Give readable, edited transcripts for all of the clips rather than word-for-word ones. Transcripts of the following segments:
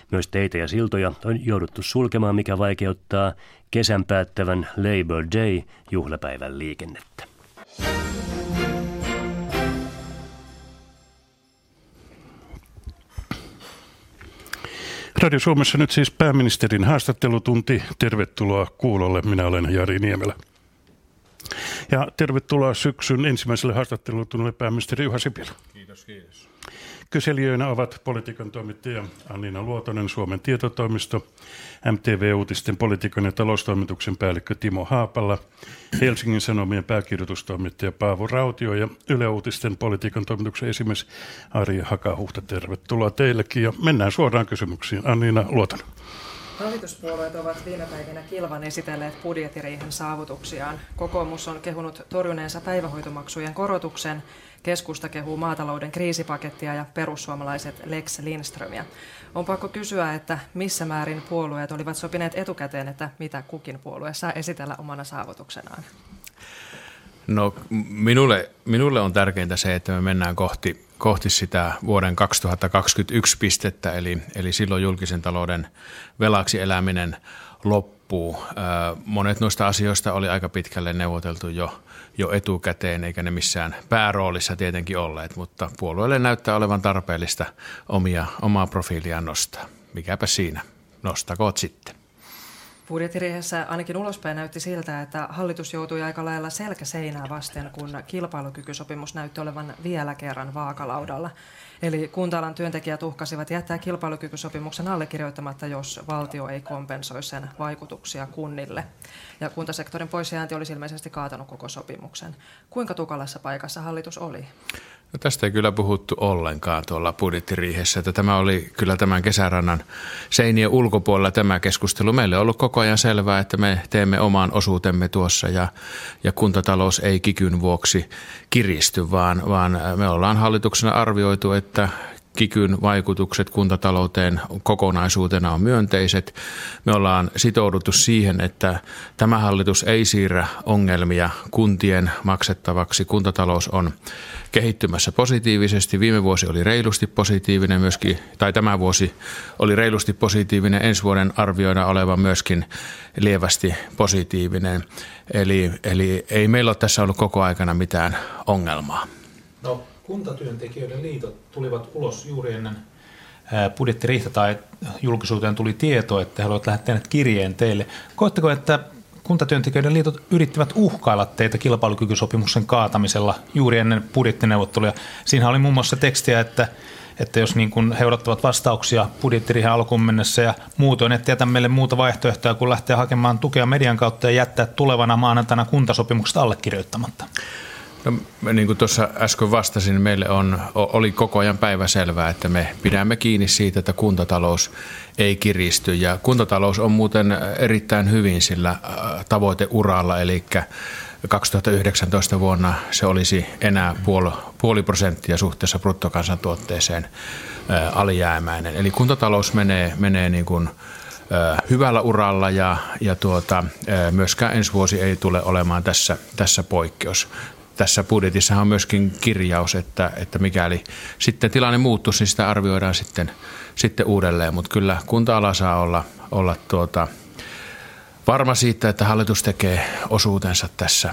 Myös teitä ja siltoja on jouduttu sulkemaan, mikä vaikeuttaa kesän päättävän Labor Day-juhlapäivän liikennettä. Radio Suomessa nyt siis pääministerin haastattelutunti. Tervetuloa kuulolle. Minä olen Jari Niemelä. Ja tervetuloa syksyn ensimmäiselle haastattelutunnille pääministeri Juha Sipilä. Kiitos, kiitos. Kyselijöinä ovat politiikan toimittaja Anniina Luotonen Suomen tietotoimisto, MTV-uutisten politiikan ja taloustoimituksen päällikkö Timo Haapala, Helsingin Sanomien pääkirjoitustoimittaja Paavo Rautio ja Yle Uutisten politiikan toimituksen esimies Ari Hakahuhta. Tervetuloa teillekin ja mennään suoraan kysymyksiin. Anniina Luotonen. Hallituspuolueet ovat viime päivinä kilvan esitelleet budjettiriihen saavutuksiaan. Kokoomus on kehunut torjuneensa päivähoitomaksujen korotuksen, keskusta kehuu maatalouden kriisipakettia ja perussuomalaiset Lex Lindströmiä. On pakko kysyä, että missä määrin puolueet olivat sopineet etukäteen, että mitä kukin puolue saa esitellä omana saavutuksenaan? No minulle on tärkeintä se, että me mennään kohti sitä vuoden 2021 pistettä, eli silloin julkisen talouden velaksi eläminen loppuu. Monet noista asioista oli aika pitkälle neuvoteltu jo etukäteen, eikä ne missään pääroolissa tietenkin olleet, mutta puolueelle näyttää olevan tarpeellista omaa profiiliaan nostaa. Mikäpä siinä, nostakoot sitten. Budjettiriihessä ainakin ulospäin näytti siltä, että hallitus joutui aika lailla selkäseinää vasten, kun kilpailukykysopimus näytti olevan vielä kerran vaakalaudalla. Eli kunta-alan työntekijät uhkasivat jättää kilpailukykysopimuksen allekirjoittamatta, jos valtio ei kompensoi sen vaikutuksia kunnille. Ja kuntasektorin poisjäänti olisi ilmeisesti kaatanut koko sopimuksen. Kuinka tukalassa paikassa hallitus oli? No tästä ei kyllä puhuttu ollenkaan tuolla budjettiriihessä, että tämä oli kyllä tämän kesärannan seinien ulkopuolella tämä keskustelu. Meille on ollut koko ajan selvää, että me teemme oman osuutemme tuossa ja kuntatalous ei kikyn vuoksi kiristy, vaan me ollaan hallituksena arvioitu, että kikyn vaikutukset kuntatalouteen kokonaisuutena on myönteiset. Me ollaan sitouduttu siihen, että tämä hallitus ei siirrä ongelmia kuntien maksettavaksi. Kuntatalous on kehittymässä positiivisesti. Viime vuosi oli reilusti positiivinen myöskin, tai tämä vuosi oli reilusti positiivinen. Ensi vuoden arvioidaan olevan myöskin lievästi positiivinen. Eli ei meillä ole tässä ollut koko aikana mitään ongelmaa. No, kuntatyöntekijöiden liitot tulivat ulos juuri ennen budjettiriihtä tai julkisuuteen tuli tieto, että he haluavat lähettää kirjeen teille. Koetteko, että kuntatyöntekijöiden liitot yrittivät uhkailla teitä kilpailukykysopimuksen kaatamisella juuri ennen budjettineuvotteluja? Siinä oli muun muassa tekstiä, että jos niin kuin he odottavat vastauksia budjettiriihen alkuun mennessä ja muutoin, että jätä meille muuta vaihtoehtoja, kun lähtee hakemaan tukea median kautta ja jättää tulevana maanantaina kuntasopimuksesta allekirjoittamatta. No, niin kuin tuossa äsken vastasin, meille oli koko ajan päiväselvää, että me pidämme kiinni siitä, että kuntatalous ei kiristy. Ja kuntatalous on muuten erittäin hyvin sillä tavoiteuralla, eli 2019 vuonna se olisi enää 0,5% suhteessa bruttokansantuotteeseen alijäämäinen. Eli kuntatalous menee niin kuin hyvällä uralla ja myöskään ensi vuosi ei tule olemaan tässä poikkeus. Tässä budjetissahan on myöskin kirjaus, että mikäli sitten tilanne muuttuisi, niin sitä arvioidaan sitten uudelleen. Mutta kyllä kunta-ala saa olla varma siitä, että hallitus tekee osuutensa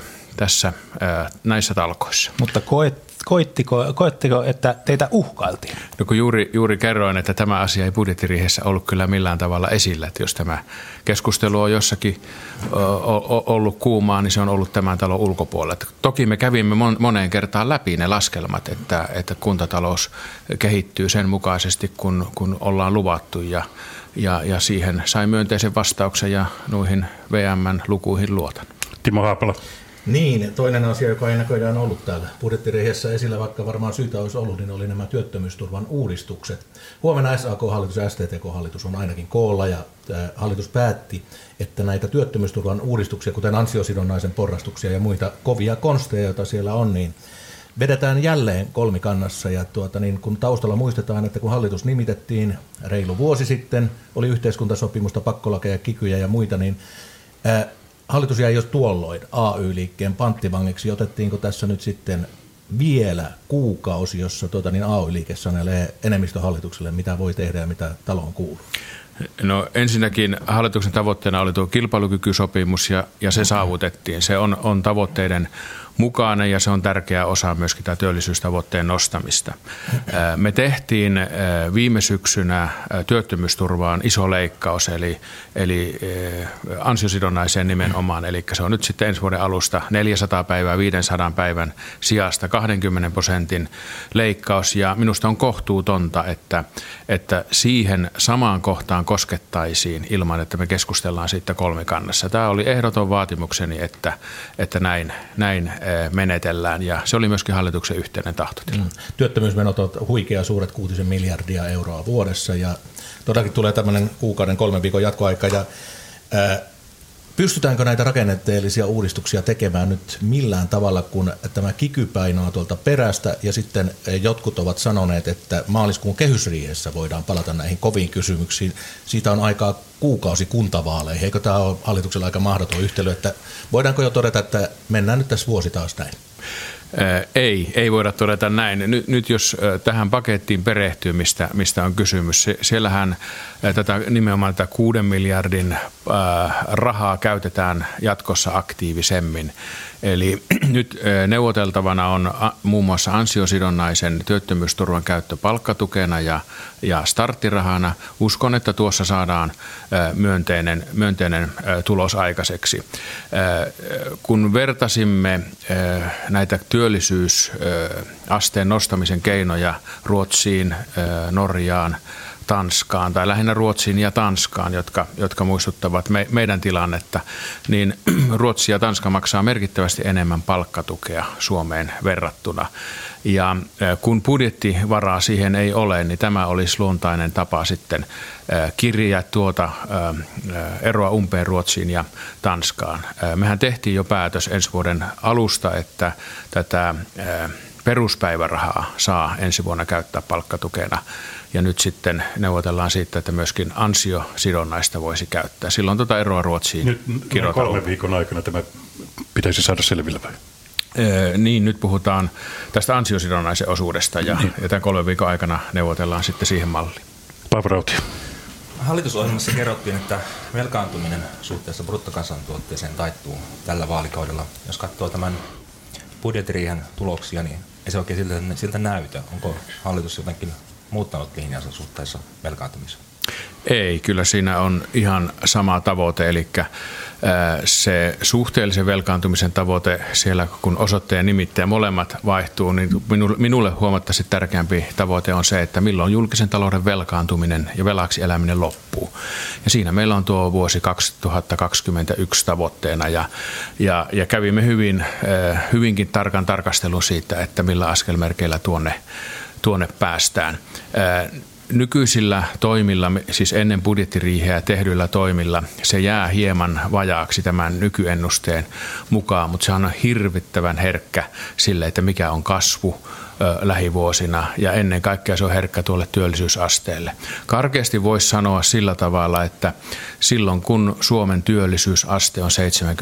näissä talkoissa. Mutta koetteko, että teitä uhkailtiin? No kun juuri kerroin, että tämä asia ei budjettiriihessä ollut kyllä millään tavalla esillä. Että jos tämä keskustelu on jossakin ollut kuumaa, niin se on ollut tämän talon ulkopuolella. Että toki me kävimme moneen kertaan läpi ne laskelmat, että kuntatalous kehittyy sen mukaisesti, kun ollaan luvattu ja siihen sai myönteisen vastauksen ja noihin VM:n lukuihin luotan. Timo Haapala. Niin, toinen asia, joka ei näköjään ollut täällä budjettiriihessä esillä, vaikka varmaan syytä olisi ollut, niin oli nämä työttömyysturvan uudistukset. Huomenna SAK-hallitus ja STTK-hallitus on ainakin koolla ja hallitus päätti, että näitä työttömyysturvan uudistuksia, kuten ansiosidonnaisen porrastuksia ja muita kovia konsteja, joita siellä on, niin vedetään jälleen kolmikannassa. Ja niin kun taustalla muistetaan, että kun hallitus nimitettiin reilu vuosi sitten, oli yhteiskuntasopimusta, pakkolakeja, kikyjä ja muita, niin hallitus jäi jo tuolloin AY-liikkeen panttivangiksi. Otettiinko tässä nyt sitten vielä kuukausi, jossa AY-liike sanelee enemmistöhallitukselle, mitä voi tehdä ja mitä taloon kuuluu? No ensinnäkin hallituksen tavoitteena oli tuo kilpailukykysopimus ja se saavutettiin. Se on tavoitteiden mukainen ja se on tärkeä osa myöskin tämä työllisyystavoitteen nostamista. Me tehtiin viime syksynä työttömyysturvaan iso leikkaus, eli ansiosidonnaiseen nimenomaan. Eli se on nyt sitten ensi vuoden alusta 400 päivää 500 päivän sijasta 20% leikkaus. Ja minusta on kohtuutonta, että siihen samaan kohtaan koskettaisiin ilman, että me keskustellaan siitä kolmikannassa. Tämä oli ehdoton vaatimukseni, että näin menetellään, ja se oli myöskin hallituksen yhteinen tahtotila. Työttömyysmenot ovat huikea suuret, 6 miljardia euroa vuodessa, ja todellakin tulee tämmöinen kuukauden 3 viikon jatkoaika, ja pystytäänkö näitä rakenteellisia uudistuksia tekemään nyt millään tavalla, kun tämä kiky painaa tuolta perästä, ja sitten jotkut ovat sanoneet, että maaliskuun kehysriihessä voidaan palata näihin koviin kysymyksiin. Siitä on aikaa kuukausi kuntavaaleihin. Eikö tämä ole hallituksella aika mahdoton yhtälö, että voidaanko jo todeta, että mennään nyt tässä vuosi taas näin? Ei voida todeta näin. Nyt jos tähän pakettiin perehtyy, mistä on kysymys, siellähän nimenomaan tätä 6 miljardin rahaa käytetään jatkossa aktiivisemmin. Eli nyt neuvoteltavana on muun muassa ansiosidonnaisen työttömyysturvan käyttö palkkatukena ja starttirahana. Uskon, että tuossa saadaan myönteinen tulos aikaiseksi. Kun vertasimme näitä työllisyysasteen nostamisen keinoja Ruotsiin, Norjaan, Tanskaan tai lähinnä Ruotsiin ja Tanskaan, jotka muistuttavat meidän tilannetta, niin Ruotsi ja Tanska maksaa merkittävästi enemmän palkkatukea Suomeen verrattuna. Ja kun budjettivaraa siihen ei ole, niin tämä olisi luontainen tapa sitten kirjaa tuota eroa umpeen Ruotsiin ja Tanskaan. Mehän tehtiin jo päätös ensi vuoden alusta, että tätä peruspäivärahaa saa ensi vuonna käyttää palkkatukena. Ja nyt sitten neuvotellaan siitä, että myöskin ansiosidonnaista voisi käyttää. Silloin tuota eroa Ruotsiin nyt kirjoitetaan. 3 viikon aikana tämä pitäisi saada selville vai? Niin, nyt puhutaan tästä ansiosidonnaisen osuudesta ja tämän 3 viikon aikana neuvotellaan sitten siihen malliin. Paavo Rautio. Hallitusohjelmassa kerrottiin, että velkaantuminen suhteessa bruttokansantuotteeseen taittuu tällä vaalikaudella. Jos katsoo tämän budjettiriihen tuloksia, niin ei se oikein siltä näytä. Onko hallitus jotenkin muuttanut linjansa suhteessa velkaantumiseen? Ei, kyllä siinä on ihan sama tavoite, eli se suhteellisen velkaantumisen tavoite siellä, kun osoitteen nimittäjä molemmat vaihtuu, niin minulle huomattavasti tärkeämpi tavoite on se, että milloin julkisen talouden velkaantuminen ja velaksi eläminen loppuu. Ja siinä meillä on tuo vuosi 2021 tavoitteena ja kävimme hyvinkin tarkan tarkastelun siitä, että millä askelmerkeillä tuonne päästään. Nykyisillä toimilla, siis ennen budjettiriiheä tehdyillä toimilla, se jää hieman vajaaksi tämän nykyennusteen mukaan, mutta se on hirvittävän herkkä sille, että mikä on kasvu lähivuosina ja ennen kaikkea se on herkkä tuolle työllisyysasteelle. Karkeasti voisi sanoa sillä tavalla, että silloin kun Suomen työllisyysaste on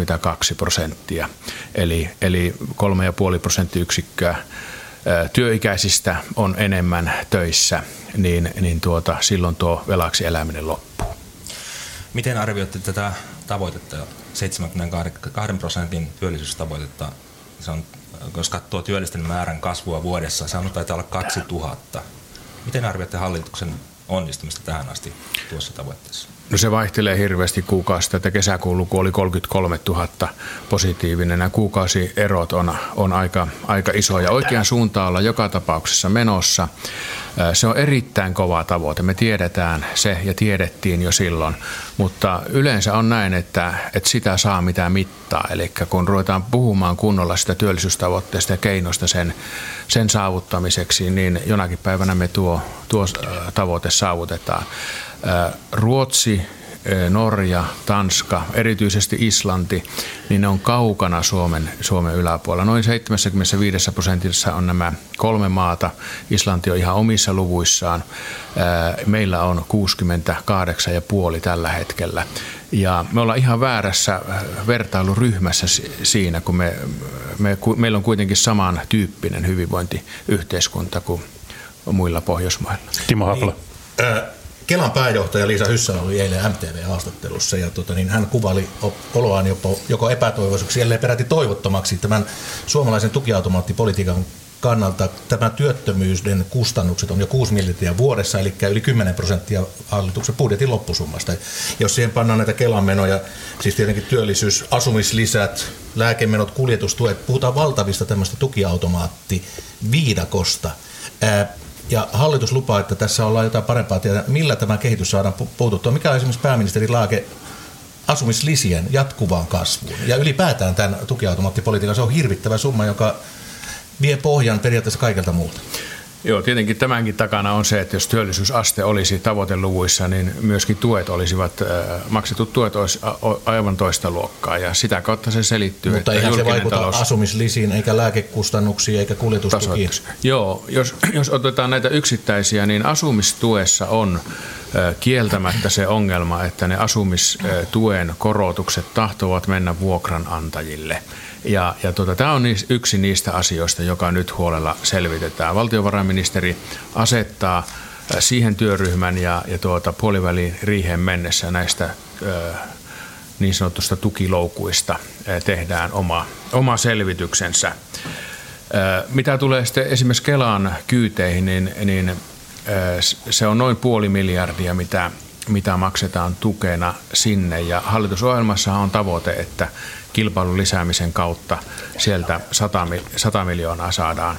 72%, eli 3,5 prosenttiyksikköä työikäisistä on enemmän töissä, niin silloin tuo velaksi eläminen loppuu. Miten arvioitte tätä tavoitetta, 72% työllisyystavoitetta? Se on, jos katsoo työllisten määrän kasvua vuodessa, se on taitaa olla 2000. Miten arvioitte hallituksen onnistumista tähän asti tuossa tavoitteessa? No se vaihtelee hirveästi kuukausista, että kesäkuun luku oli 33 000 positiivinen. Nämä kuukausierot on aika isoja. Oikean suuntaan olla joka tapauksessa menossa. Se on erittäin kova tavoite. Me tiedetään se ja tiedettiin jo silloin, mutta yleensä on näin, että sitä saa mitä mittaa. Eli kun ruvetaan puhumaan kunnolla sitä työllisyystavoitteesta ja keinoista sen saavuttamiseksi, niin jonakin päivänä me tuo tavoite saavutetaan. Ruotsi Norja, Tanska, erityisesti Islanti, niin ne on kaukana Suomen yläpuolella. Noin 75% on nämä 3 maata. Islanti on ihan omissa luvuissaan. Meillä on 68,5 tällä hetkellä. Ja me ollaan ihan väärässä vertailuryhmässä siinä, kun meillä on kuitenkin samantyyppinen hyvinvointiyhteiskunta kuin muilla Pohjoismailla. Timo Haapala. Kelan pääjohtaja Liisa Hyssälä oli eilen MTV-haastattelussa ja hän kuvaili oloaan joko epätoivoisuksi, ellei peräti toivottomaksi tämän suomalaisen tukiautomaattipolitiikan kannalta. Tämä työttömyyden kustannukset on jo 6 miljardia vuodessa, eli yli 10% hallituksen budjetin loppusummasta. Jos siihen pannaan näitä Kelan menoja, siis tietenkin työllisyys, asumislisät, lääkemenot, kuljetustuet, puhutaan valtavista tämmöistä tukiautomaattiviidakosta. Ja hallitus lupaa, että tässä ollaan jotain parempaa tiedä, millä tämä kehitys saadaan puututtua. Mikä on esimerkiksi pääministeri Laake asumislisien jatkuvaan kasvuun? Ja ylipäätään tämän tukiautomaattipolitiikan, se on hirvittävä summa, joka vie pohjan periaatteessa kaikelta muulta. Joo, tietenkin tämänkin takana on se, että jos työllisyysaste olisi tavoiteluvuissa, niin myöskin maksetut tuet olisi aivan toista luokkaa ja sitä kautta se selittyy. Mutta eihän se vaikuta asumislisiin eikä lääkekustannuksiin eikä kuljetustukiin. Joo, jos otetaan näitä yksittäisiä, niin asumistuessa on kieltämättä se ongelma, että ne asumistuen korotukset tahtovat mennä vuokranantajille. Ja tämä on yksi niistä asioista, joka nyt huolella selvitetään. Valtiovarainministeri asettaa siihen työryhmän ja puoliväliin riiheen mennessä näistä niin sanotusta tukiloukuista tehdään oma selvityksensä. Mitä tulee sitten esimerkiksi Kelan kyyteihin, niin se on noin 500 miljoonaa, mitä maksetaan tukena sinne. Ja hallitusohjelmassa on tavoite, että kilpailun lisäämisen kautta sieltä 100 miljoonaa saadaan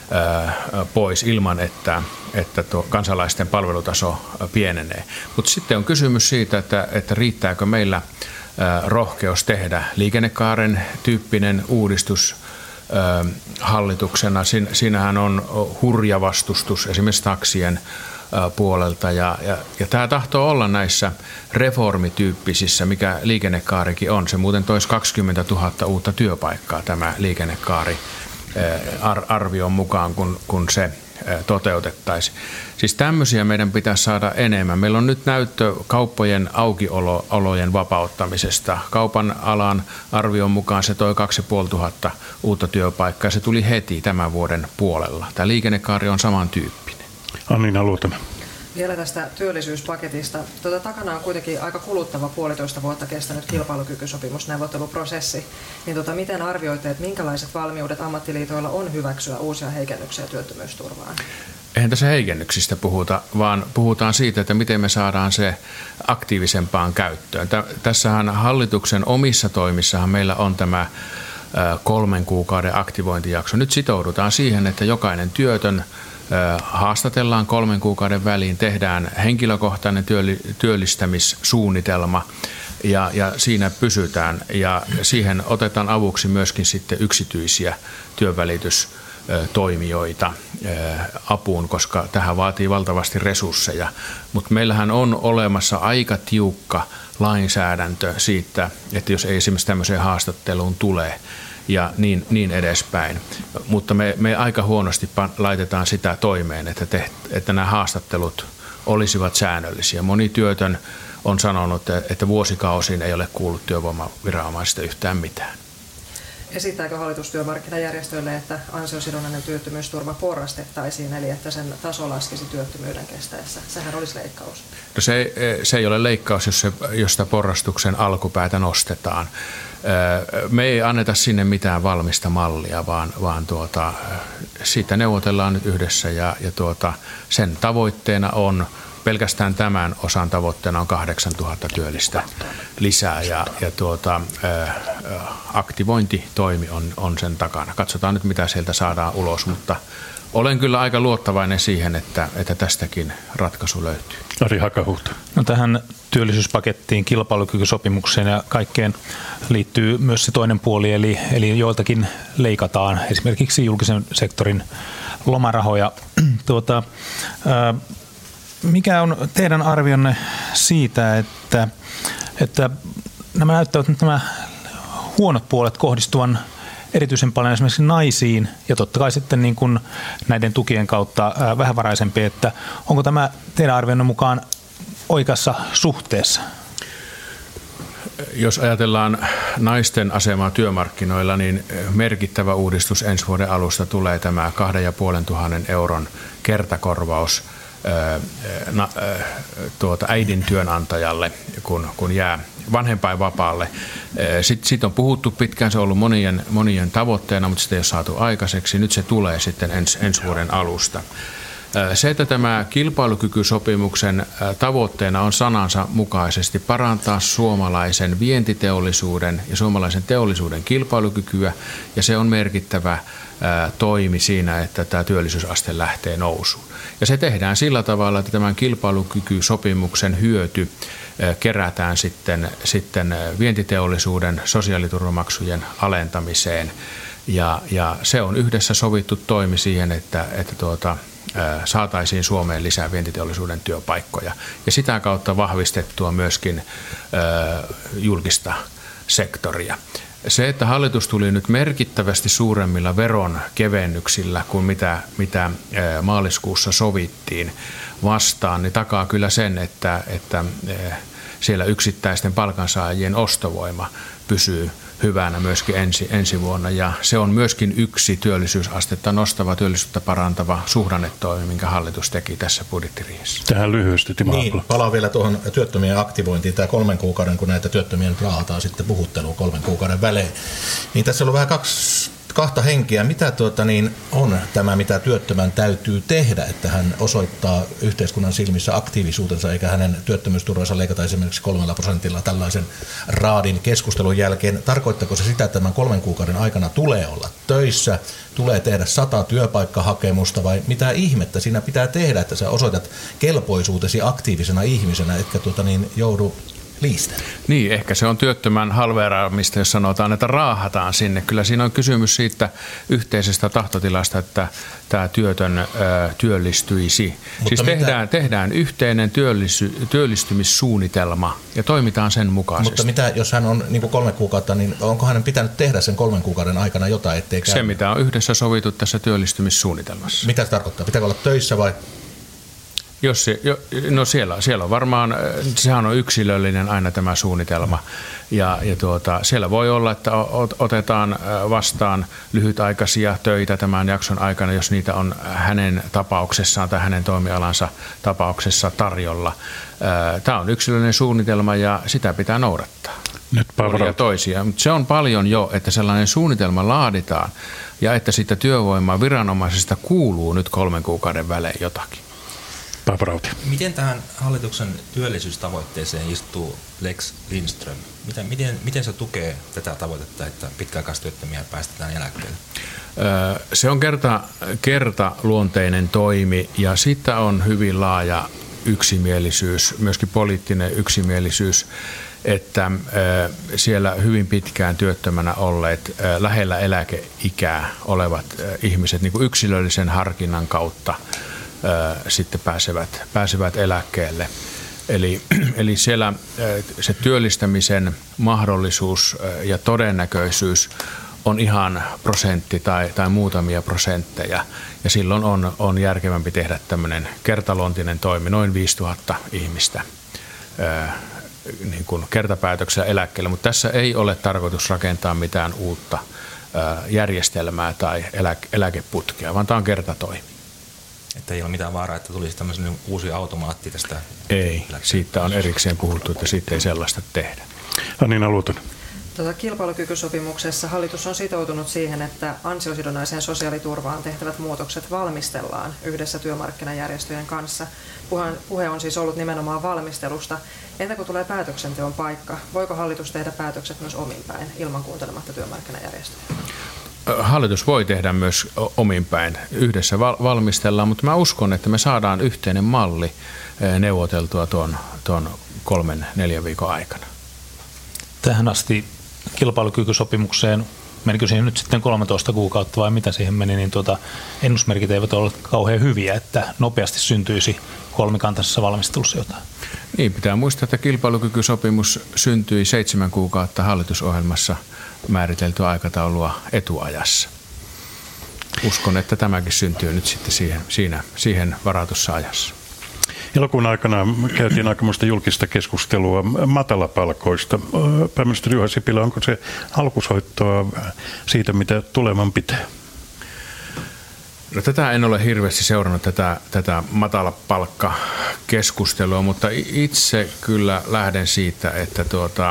pois ilman, että kansalaisten palvelutaso pienenee. Mutta sitten on kysymys siitä, että riittääkö meillä rohkeus tehdä liikennekaaren tyyppinen uudistus hallituksena. Siinähän on hurja vastustus esimerkiksi taksien puolelta ja tämä tahtoo olla näissä reformityyppisissä, mikä liikennekaarikin on. Se muuten toisi 20 000 uutta työpaikkaa tämä liikennekaari arvion mukaan, kun se toteutettaisiin. Siis tämmöisiä meidän pitäisi saada enemmän. Meillä on nyt näyttö kauppojen aukiolojen vapauttamisesta. Kaupan alan arvion mukaan se toi 2500 uutta työpaikkaa. Se tuli heti tämän vuoden puolella. Tämä liikennekaari on samantyyppinen. Anniina Luotonen. Vielä tästä työllisyyspaketista. Takana on kuitenkin aika kuluttava 1,5 vuotta kestänyt kilpailukykysopimusneuvotteluprosessi. Niin miten arvioitte, että minkälaiset valmiudet ammattiliitoilla on hyväksyä uusia heikennyksiä työttömyysturvaan? Eihän tässä heikennyksistä puhuta, vaan puhutaan siitä, että miten me saadaan se aktiivisempaan käyttöön. Tässähän hallituksen omissa toimissahan meillä on tämä 3 kuukauden aktivointijakso. Nyt sitoudutaan siihen, että jokainen työtön haastatellaan 3 kuukauden väliin, tehdään henkilökohtainen työllistämissuunnitelma ja siinä pysytään ja siihen otetaan avuksi myöskin sitten yksityisiä työnvälitystoimijoita apuun, koska tähän vaatii valtavasti resursseja. Mutta meillähän on olemassa aika tiukka lainsäädäntö siitä, että jos ei esimerkiksi tämmöiseen haastatteluun tule ja niin edespäin. Mutta me aika huonosti laitetaan sitä toimeen, että nämä haastattelut olisivat säännöllisiä. Moni työtön on sanonut, että vuosikausiin ei ole kuullut työvoimaviranomaisista yhtään mitään. Esittääkö hallitus työmarkkinajärjestöille, että ansiosidonnainen työttömyysturva porrastettaisiin, eli että sen taso laskisi työttömyyden kestäessä? Sehän olisi leikkaus. No se ei ole leikkaus, jos sitä porrastuksen alkupäätä nostetaan. Me ei anneta sinne mitään valmista mallia, vaan siitä neuvotellaan nyt yhdessä ja sen tavoitteena on, pelkästään tämän osan tavoitteena on 8000 työllistä lisää ja aktivointitoimi on sen takana. Katsotaan nyt, mitä sieltä saadaan ulos, mutta olen kyllä aika luottavainen siihen, että tästäkin ratkaisu löytyy. Ari Hakahuhta. No tähän työllisyyspakettiin, kilpailukykysopimukseen ja kaikkeen liittyy myös se toinen puoli, eli joiltakin leikataan esimerkiksi julkisen sektorin lomarahoja. mikä on teidän arvionne siitä, että nämä näyttävät nyt nämä huonot puolet kohdistuvan erityisen paljon esimerkiksi naisiin ja totta kai sitten niin kuin näiden tukien kautta vähävaraisempi, että onko tämä teidän arvionne mukaan oikeassa suhteessa? Jos ajatellaan naisten asemaa työmarkkinoilla, niin merkittävä uudistus ensi vuoden alusta tulee tämä 2,5 euron kertakorvaus äidin työnantajalle, kun jää vanhempainvapaalle. Siitä on puhuttu pitkään, se on ollut monien tavoitteena, mutta sitä ei ole saatu aikaiseksi. Nyt se tulee sitten ensi vuoden alusta. Se, että tämä kilpailukykysopimuksen tavoitteena on sanansa mukaisesti parantaa suomalaisen vientiteollisuuden ja suomalaisen teollisuuden kilpailukykyä, ja se on merkittävä toimi siinä, että tämä työllisyysaste lähtee nousuun. Ja se tehdään sillä tavalla, että tämän kilpailukykysopimuksen hyöty kerätään sitten vientiteollisuuden sosiaaliturvamaksujen alentamiseen, ja se on yhdessä sovittu toimi siihen, että saataisiin Suomeen lisää vientiteollisuuden työpaikkoja ja sitä kautta vahvistettua myöskin julkista sektoria. Se, että hallitus tuli nyt merkittävästi suuremmilla veronkevennyksillä kuin mitä maaliskuussa sovittiin vastaan, niin takaa kyllä sen, että siellä yksittäisten palkansaajien ostovoima pysyy hyvänä myöskin ensi vuonna, ja se on myöskin yksi työllisyysastetta nostava, työllisyyttä parantava suhdannetoimi, minkä hallitus teki tässä budjettiriihessä. Tähän lyhyesti, Timo Haapala. Niin, palaan vielä tuohon työttömien aktivointiin. Tämä 3 kuukauden, kun näitä työttömiä nyt raahataan sitten puhutteluun 3 kuukauden välein, niin tässä on ollut vähän kahta henkeä. Mitä on tämä, mitä työttömän täytyy tehdä, että hän osoittaa yhteiskunnan silmissä aktiivisuutensa, eikä hänen työttömyysturvansa leikata esimerkiksi 3% tällaisen raadin keskustelun jälkeen? Tarkoittaako se sitä, että tämän 3 kuukauden aikana tulee olla töissä, tulee tehdä 100 työpaikkahakemusta, vai mitä ihmettä siinä pitää tehdä, että sä osoitat kelpoisuutesi aktiivisena ihmisenä, etkä joudu liistä? Niin, ehkä se on työttömän halveeraamista, jos sanotaan, että raahataan sinne. Kyllä siinä on kysymys siitä yhteisestä tahtotilasta, että tämä työtön työllistyisi. Mutta siis tehdään yhteinen työllistymissuunnitelma ja toimitaan sen mukaisesti. Mutta mitä, jos hän on 3 kuukautta, niin onko hänen pitänyt tehdä sen 3 kuukauden aikana jotain, ettei käy? Se, mitä on yhdessä sovittu tässä työllistymissuunnitelmassa. Mitä se tarkoittaa? Pitääkö olla töissä vai? Siellä on varmaan, sehän on yksilöllinen aina tämä suunnitelma, ja siellä voi olla, että otetaan vastaan lyhytaikaisia töitä tämän jakson aikana, jos niitä on hänen tapauksessaan tai hänen toimialansa tapauksessa tarjolla. Tämä on yksilöllinen suunnitelma ja sitä pitää noudattaa. Nyt ja toisia, mutta se on paljon jo, että sellainen suunnitelma laaditaan ja että siitä työvoimaa viranomaisesta kuuluu nyt 3 kuukauden välein jotakin. Miten tähän hallituksen työllisyystavoitteeseen istuu Lex Lindström? Miten se tukee tätä tavoitetta, että pitkäaikaistyöttömiä päästetään eläkkeelle? Se on kertaluonteinen toimi, ja siitä on hyvin laaja yksimielisyys, myöskin poliittinen yksimielisyys, että siellä hyvin pitkään työttömänä olleet, lähellä eläkeikää olevat ihmiset niin kuin yksilöllisen harkinnan kautta sitten pääsevät eläkkeelle. Eli siellä se työllistämisen mahdollisuus ja todennäköisyys on ihan prosentti tai muutamia prosentteja, ja silloin on järkevämpi tehdä tämmöinen kertaluonteinen toimi, noin 5000 ihmistä niin kuin kertapäätöksellä eläkkeelle, mutta tässä ei ole tarkoitus rakentaa mitään uutta järjestelmää tai eläkeputkea, vaan tämä on kertatoimi. Että ei ole mitään vaaraa, että tulisi tämmöinen uusi automaatti tästä? Ei, siitä on erikseen puhuttu, että siitä ei sellaista tehdä. Anniina Luotonen. Kilpailukykysopimuksessa hallitus on sitoutunut siihen, että ansiosidonnaiseen sosiaaliturvaan tehtävät muutokset valmistellaan yhdessä työmarkkinajärjestöjen kanssa. Puhe on siis ollut nimenomaan valmistelusta. Entä kun tulee päätöksenteon paikka, voiko hallitus tehdä päätökset myös ominpäin ilman kuuntelematta työmarkkinajärjestöjä? Hallitus voi tehdä myös ominpäin. Yhdessä valmistellaan, mutta mä uskon, että me saadaan yhteinen malli neuvoteltua tuon 3-4 viikon aikana. Tähän asti kilpailukykysopimukseen menikö siihen nyt sitten 13 kuukautta vai mitä siihen meni, niin ennusmerkit eivät ole kauhean hyviä, että nopeasti syntyisi kolmikantaisessa valmistelussa jotain. Niin, pitää muistaa, että kilpailukykysopimus syntyi 7 kuukautta hallitusohjelmassa määriteltyä aikataulua etuajassa. Uskon, että tämäkin syntyy nyt sitten siihen varatussa ajassa. Elokuun aikana käytiin aikamoista julkista keskustelua matalapalkoista. Pääministeri Juha Sipilä, onko se alkusoittoa siitä, mitä tuleman pitää? No, tätä en ole hirveästi seurannut, tätä matalapalkkakeskustelua, mutta itse kyllä lähden siitä, että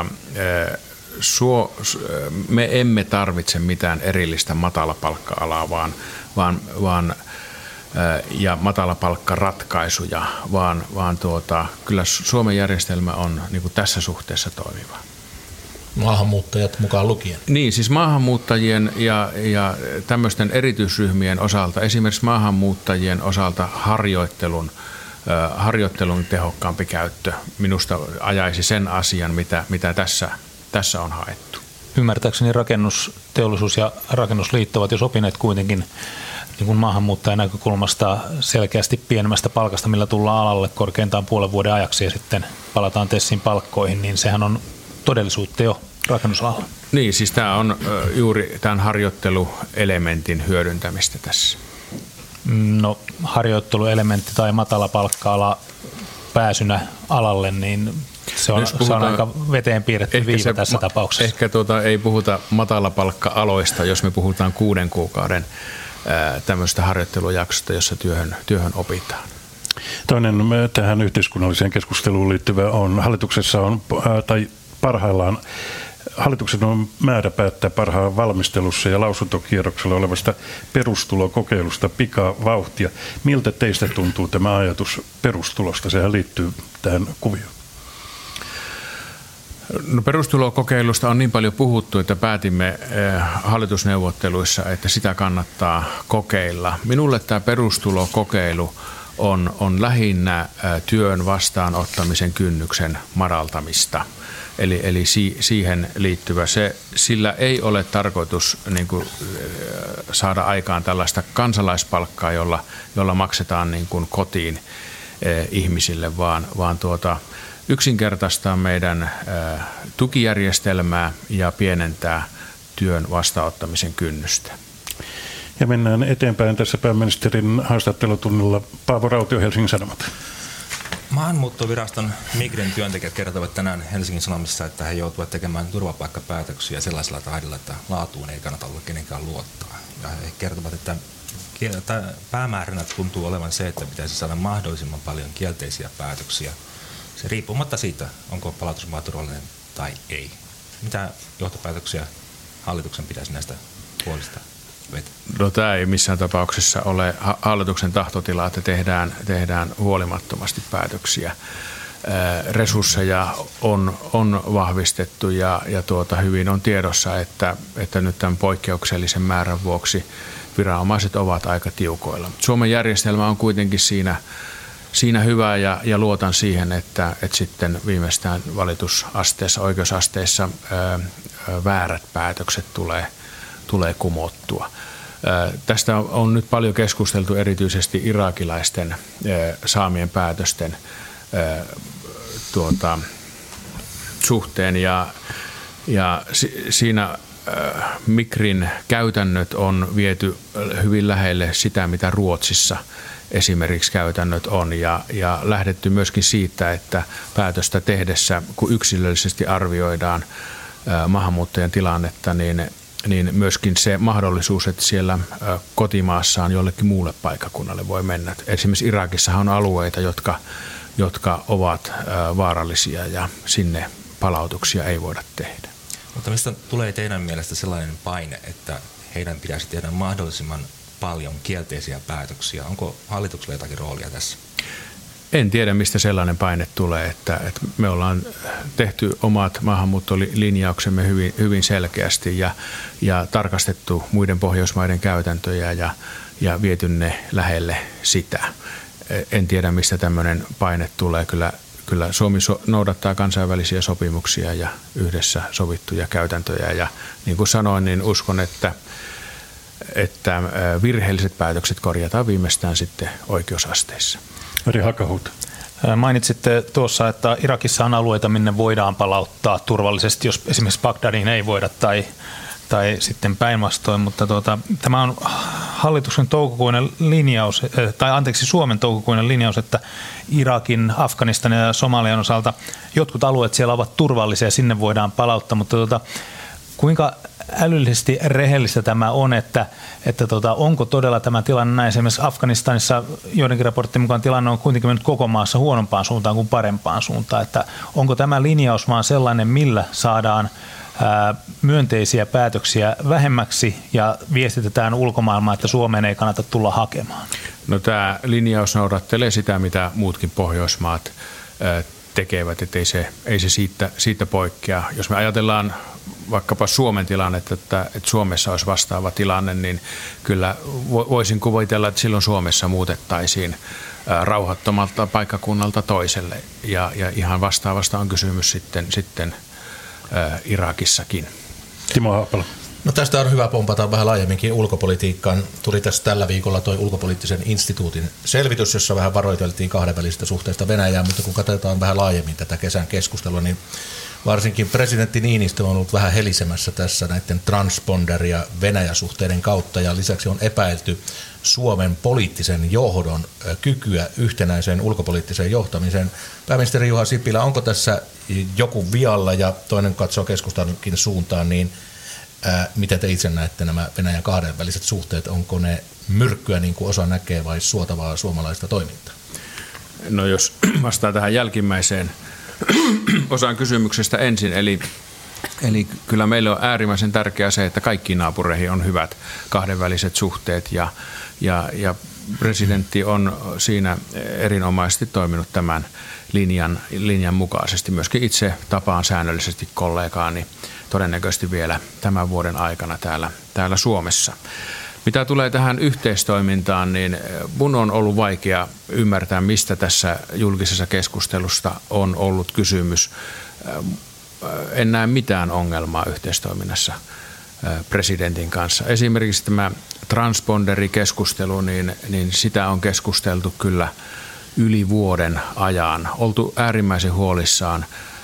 me emme tarvitse mitään erillistä matalapalkka-alaa, vaan ja matalapalkkaratkaisuja, vaan kyllä Suomen järjestelmä on niin kuin tässä suhteessa toimiva. Maahanmuuttajat mukaan lukien. Niin, siis maahanmuuttajien ja tämmöisten erityisryhmien osalta, esimerkiksi maahanmuuttajien osalta harjoittelun tehokkaampi käyttö minusta ajaisi sen asian, mitä tässä on haettu. Ymmärtääkseni Rakennusteollisuus ja Rakennusliitto ovat jo sopineet kuitenkin niin kuin maahanmuuttajan näkökulmasta selkeästi pienemmästä palkasta, millä tullaan alalle korkeintaan puolen vuoden ajaksi ja sitten palataan TESin palkkoihin, niin sehän on todellisuutta jo rakennusalalla. Niin, siis tämä on juuri tämän harjoitteluelementin hyödyntämistä tässä. No, harjoitteluelementti tai matala palkka-ala pääsynä alalle, niin se on aika veteen piirretty viiva tässä tapauksessa. Ehkä ei puhuta matalapalkka-aloista, jos me puhutaan 6 kuukauden tämmöistä harjoittelujaksosta, jossa työhön opitaan. Toinen tähän yhteiskunnalliseen keskusteluun liittyvä on, hallituksen on määrä päättää parhaan valmistelussa ja lausuntokierroksella olevasta perustulokokeilusta pikavauhtia. Miltä teistä tuntuu tämä ajatus perustulosta? Sehän liittyy tähän kuvioon. No, perustulokokeilusta on niin paljon puhuttu, että päätimme hallitusneuvotteluissa, että sitä kannattaa kokeilla. Minulle tämä perustulokokeilu on lähinnä työn vastaanottamisen kynnyksen madaltamista. Eli siihen liittyvä sillä ei ole tarkoitus niin kuin, saada aikaan tällaista kansalaispalkkaa, jolla maksetaan niin kuin kotiin ihmisille, vaan yksinkertaistaa meidän tukijärjestelmää ja pienentää työn vastaanottamisen kynnystä. Ja mennään eteenpäin tässä pääministerin haastattelutunnilla. Paavo Rautio, Helsingin Sanomat. Maahanmuuttoviraston Migrin työntekijät kertovat tänään Helsingin Sanomissa, että he joutuvat tekemään turvapaikkapäätöksiä sellaisella tahdilla, että laatuun ei kannata olla kenenkään luottaa. Ja he kertovat, että päämääränä tuntuu olevan se, että pitäisi saada mahdollisimman paljon kielteisiä päätöksiä. Se riippumatta siitä, onko palautusmaa turvallinen tai ei. Mitä johtopäätöksiä hallituksen pitäisi näistä puolista vetää? No, tämä ei missään tapauksessa ole hallituksen tahtotila, että tehdään huolimattomasti päätöksiä. Resursseja on vahvistettu ja hyvin on tiedossa, että nyt tämän poikkeuksellisen määrän vuoksi viranomaiset ovat aika tiukoilla. Suomen järjestelmä on kuitenkin siinä hyvä ja luotan siihen, että sitten viimeistään valitusasteessa, oikeusasteissa väärät päätökset tulee kumottua. Tästä on nyt paljon keskusteltu erityisesti irakilaisten saamien päätösten suhteen ja siinä Migrin käytännöt on viety hyvin lähelle sitä, mitä Ruotsissa esimerkiksi käytännöt on ja lähdetty myöskin siitä, että päätöstä tehdessä, kun yksilöllisesti arvioidaan maahanmuuttajan tilannetta, niin myöskin se mahdollisuus, että siellä kotimaassaan jollekin muulle paikkakunnalle voi mennä. Esimerkiksi Irakissahan on alueita, jotka ovat vaarallisia ja sinne palautuksia ei voida tehdä. Mutta mistä tulee teidän mielestä sellainen paine, että heidän pitäisi tehdä mahdollisimman paljon kielteisiä päätöksiä? Onko hallituksella jotakin roolia tässä? En tiedä, mistä sellainen paine tulee, että me ollaan tehty omat maahanmuuttolinjauksemme hyvin selkeästi ja tarkastettu muiden Pohjoismaiden käytäntöjä ja viety ne lähelle sitä. En tiedä, mistä tämmöinen paine tulee. kyllä Suomi noudattaa kansainvälisiä sopimuksia ja yhdessä sovittuja käytäntöjä. Ja niin kuin sanoin, niin uskon, että virheelliset päätökset korjataan viimeistään sitten oikeusasteissa. Ari Hakahuut. Mainitsitte tuossa, että Irakissa on alueita, minne voidaan palauttaa turvallisesti, jos esimerkiksi Bagdadiin ei voida tai sitten päinvastoin, mutta tämä on hallituksen toukokuinen linjaus, Suomen toukokuinen linjaus, että Irakin, Afganistanin ja Somalian osalta jotkut alueet siellä ovat turvallisia, sinne voidaan palauttaa, mutta kuinka älyllisesti rehellistä tämä on, että onko todella tämä tilanne näin? Esimerkiksi Afganistanissa joidenkin raporttien mukaan tilanne on kuitenkin mennyt koko maassa huonompaan suuntaan kuin parempaan suuntaan, että onko tämä linjaus vaan sellainen, millä saadaan myönteisiä päätöksiä vähemmäksi ja viestitetään ulkomaailmaan, että Suomeen ei kannata tulla hakemaan? No tämä linjaus noudattelee sitä, mitä muutkin Pohjoismaat tekevät, että ei se siitä poikkea. Jos me ajatellaan vaikkapa Suomen tilannetta, että Suomessa olisi vastaava tilanne, niin kyllä voisin kuvitella, että silloin Suomessa muutettaisiin rauhattomalta paikkakunnalta toiselle. Ja ihan vastaavasta on kysymys sitten Irakissakin. Timo Haapala. No tästä on hyvä pompata vähän laajemminkin ulkopolitiikkaan. Tuli tässä tällä viikolla toi ulkopoliittisen instituutin selvitys, jossa vähän varoiteltiin kahdenvälisistä suhteista Venäjään, mutta kun katsotaan vähän laajemmin tätä kesän keskustelua, niin varsinkin presidentti Niinistö on ollut vähän helisemässä tässä näiden transponder- ja Venäjä-suhteiden kautta, ja lisäksi on epäilty Suomen poliittisen johdon kykyä yhtenäiseen ulkopoliittiseen johtamiseen. Pääministeri Juha Sipilä, onko tässä joku vialla, ja toinen katsoo keskustankin suuntaan, niin miten te itse näette nämä Venäjän kahdenväliset suhteet? Onko ne myrkkyä niin kuin osa näkee vai suotavaa suomalaista toimintaa? No jos vastaan tähän jälkimmäiseen osaan kysymyksestä ensin, eli kyllä meille on äärimmäisen tärkeää se, että kaikkiin naapureihin on hyvät kahdenväliset suhteet ja presidentti on siinä erinomaisesti toiminut tämän linjan mukaisesti. Myöskin itse tapaan säännöllisesti kollegaani todennäköisesti vielä tämän vuoden aikana täällä Suomessa. Mitä tulee tähän yhteistoimintaan, niin mun on ollut vaikea ymmärtää, mistä tässä julkisessa keskustelusta on ollut kysymys. En näe mitään ongelmaa yhteistoiminnassa presidentin kanssa. Esimerkiksi tämä transponderikeskustelu, niin sitä on keskusteltu kyllä yli vuoden ajan. Oltu äärimmäisen huolissaan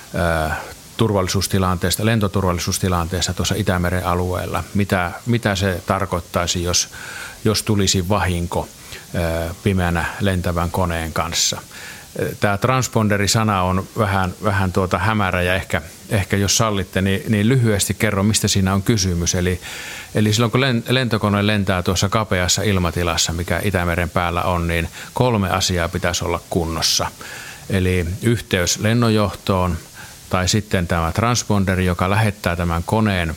turvallisuustilanteesta, lentoturvallisuustilanteesta tuossa Itämeren alueella. Mitä se tarkoittaisi, jos tulisi vahinko pimeänä lentävän koneen kanssa? Tämä transponderi-sana on vähän hämärä ja ehkä jos sallitte, niin lyhyesti kerron, mistä siinä on kysymys. Eli silloin kun lentokone lentää tuossa kapeassa ilmatilassa, mikä Itämeren päällä on, niin 3 asiaa pitäisi olla kunnossa. Eli yhteys lennonjohtoon, tai sitten tämä transponderi, joka lähettää tämän koneen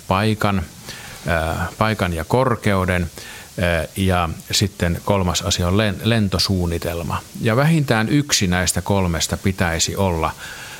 paikan ja korkeuden, ja sitten 3. asia on lentosuunnitelma. Ja vähintään yksi näistä 3 pitäisi olla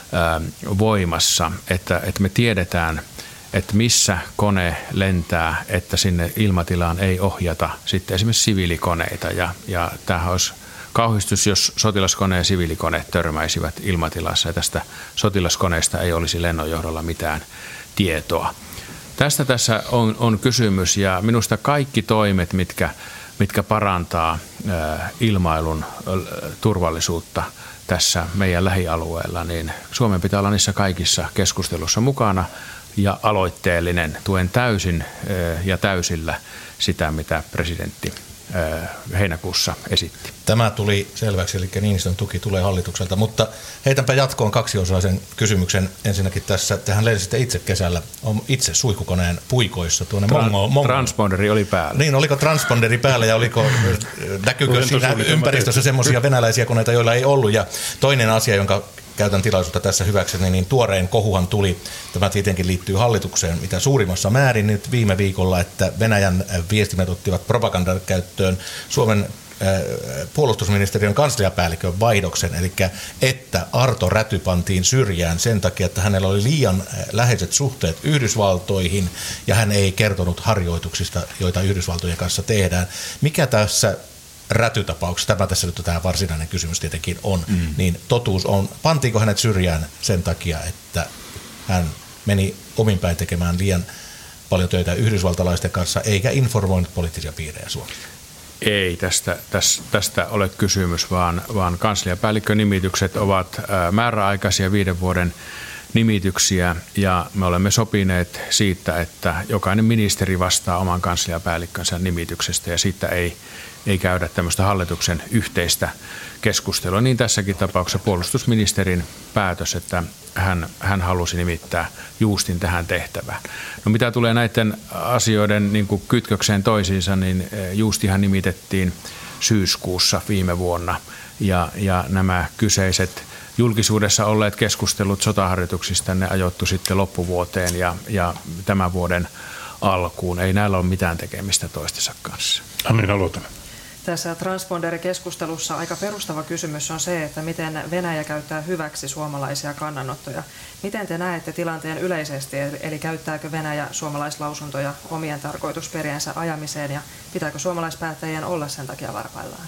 voimassa, että me tiedetään, että missä kone lentää, että sinne ilmatilaan ei ohjata sitten esimerkiksi siviilikoneita. Ja tämähän olisi kauhistus, jos sotilaskone ja siviilikone törmäisivät ilmatilassa ja tästä sotilaskoneesta ei olisi lennonjohdolla mitään tietoa. Tästä tässä on kysymys, ja minusta kaikki toimet, mitkä parantaa ilmailun turvallisuutta tässä meidän lähialueella, niin Suomen pitää olla niissä kaikissa keskustelussa mukana ja aloitteellinen. Tuen täysin ja täysillä sitä, mitä presidentti heinäkuussa esitti. Tämä tuli selväksi, eli Niinistön tuki tulee hallitukselta, mutta heitänpä jatkoon 2-osaisen kysymyksen. Ensinnäkin tässä, tehän lensitte itse kesällä itse suihkukoneen puikoissa tuonne Transponderi oli päällä. Niin, oliko transponderi päällä ja näkyykö siinä ympäristössä semmoisia venäläisiä koneita, joilla ei ollut? Ja toinen asia, jonka käytän tilaisuutta tässä hyväkseni, niin tuoreen kohuhan tuli, tämä tietenkin liittyy hallitukseen mitä suurimmassa määrin nyt viime viikolla, että Venäjän viestimet ottivat propagandan käyttöön Suomen puolustusministeriön kansliapäällikön vaihdoksen, eli että Arto Räty pantiin syrjään sen takia, että hänellä oli liian läheiset suhteet Yhdysvaltoihin ja hän ei kertonut harjoituksista, joita Yhdysvaltojen kanssa tehdään. Mikä tässä rätytapauksessa, tämä tässä nyt tämä varsinainen kysymys tietenkin on, niin totuus on, pantiinko hänet syrjään sen takia, että hän meni omin päin tekemään liian paljon töitä yhdysvaltalaisten kanssa, eikä informoinut poliittisia piirejä Suomessa? Ei tästä ole kysymys, vaan kansliapäällikkön nimitykset ovat määräaikaisia 5 vuoden nimityksiä, ja me olemme sopineet siitä, että jokainen ministeri vastaa oman kansliapäällikkönsä nimityksestä, ja siitä ei käydä tämmöistä hallituksen yhteistä keskustelua. Niin tässäkin tapauksessa puolustusministerin päätös, että hän halusi nimittää Juustin tähän tehtävään. No mitä tulee näiden asioiden niin kuin kytkökseen toisiinsa, niin Juustihan nimitettiin syyskuussa viime vuonna, ja nämä kyseiset julkisuudessa olleet keskustelut sotaharjoituksista, ne ajoittu sitten loppuvuoteen ja tämän vuoden alkuun. Ei näillä ole mitään tekemistä toistensa kanssa. Anniina Luotonen. Tässä transponderikeskustelussa aika perustava kysymys on se, että miten Venäjä käyttää hyväksi suomalaisia kannanottoja. Miten te näette tilanteen yleisesti, eli käyttääkö Venäjä suomalaislausuntoja omien tarkoitusperiensä ajamiseen, ja pitääkö suomalaispäättäjien olla sen takia varpaillaan?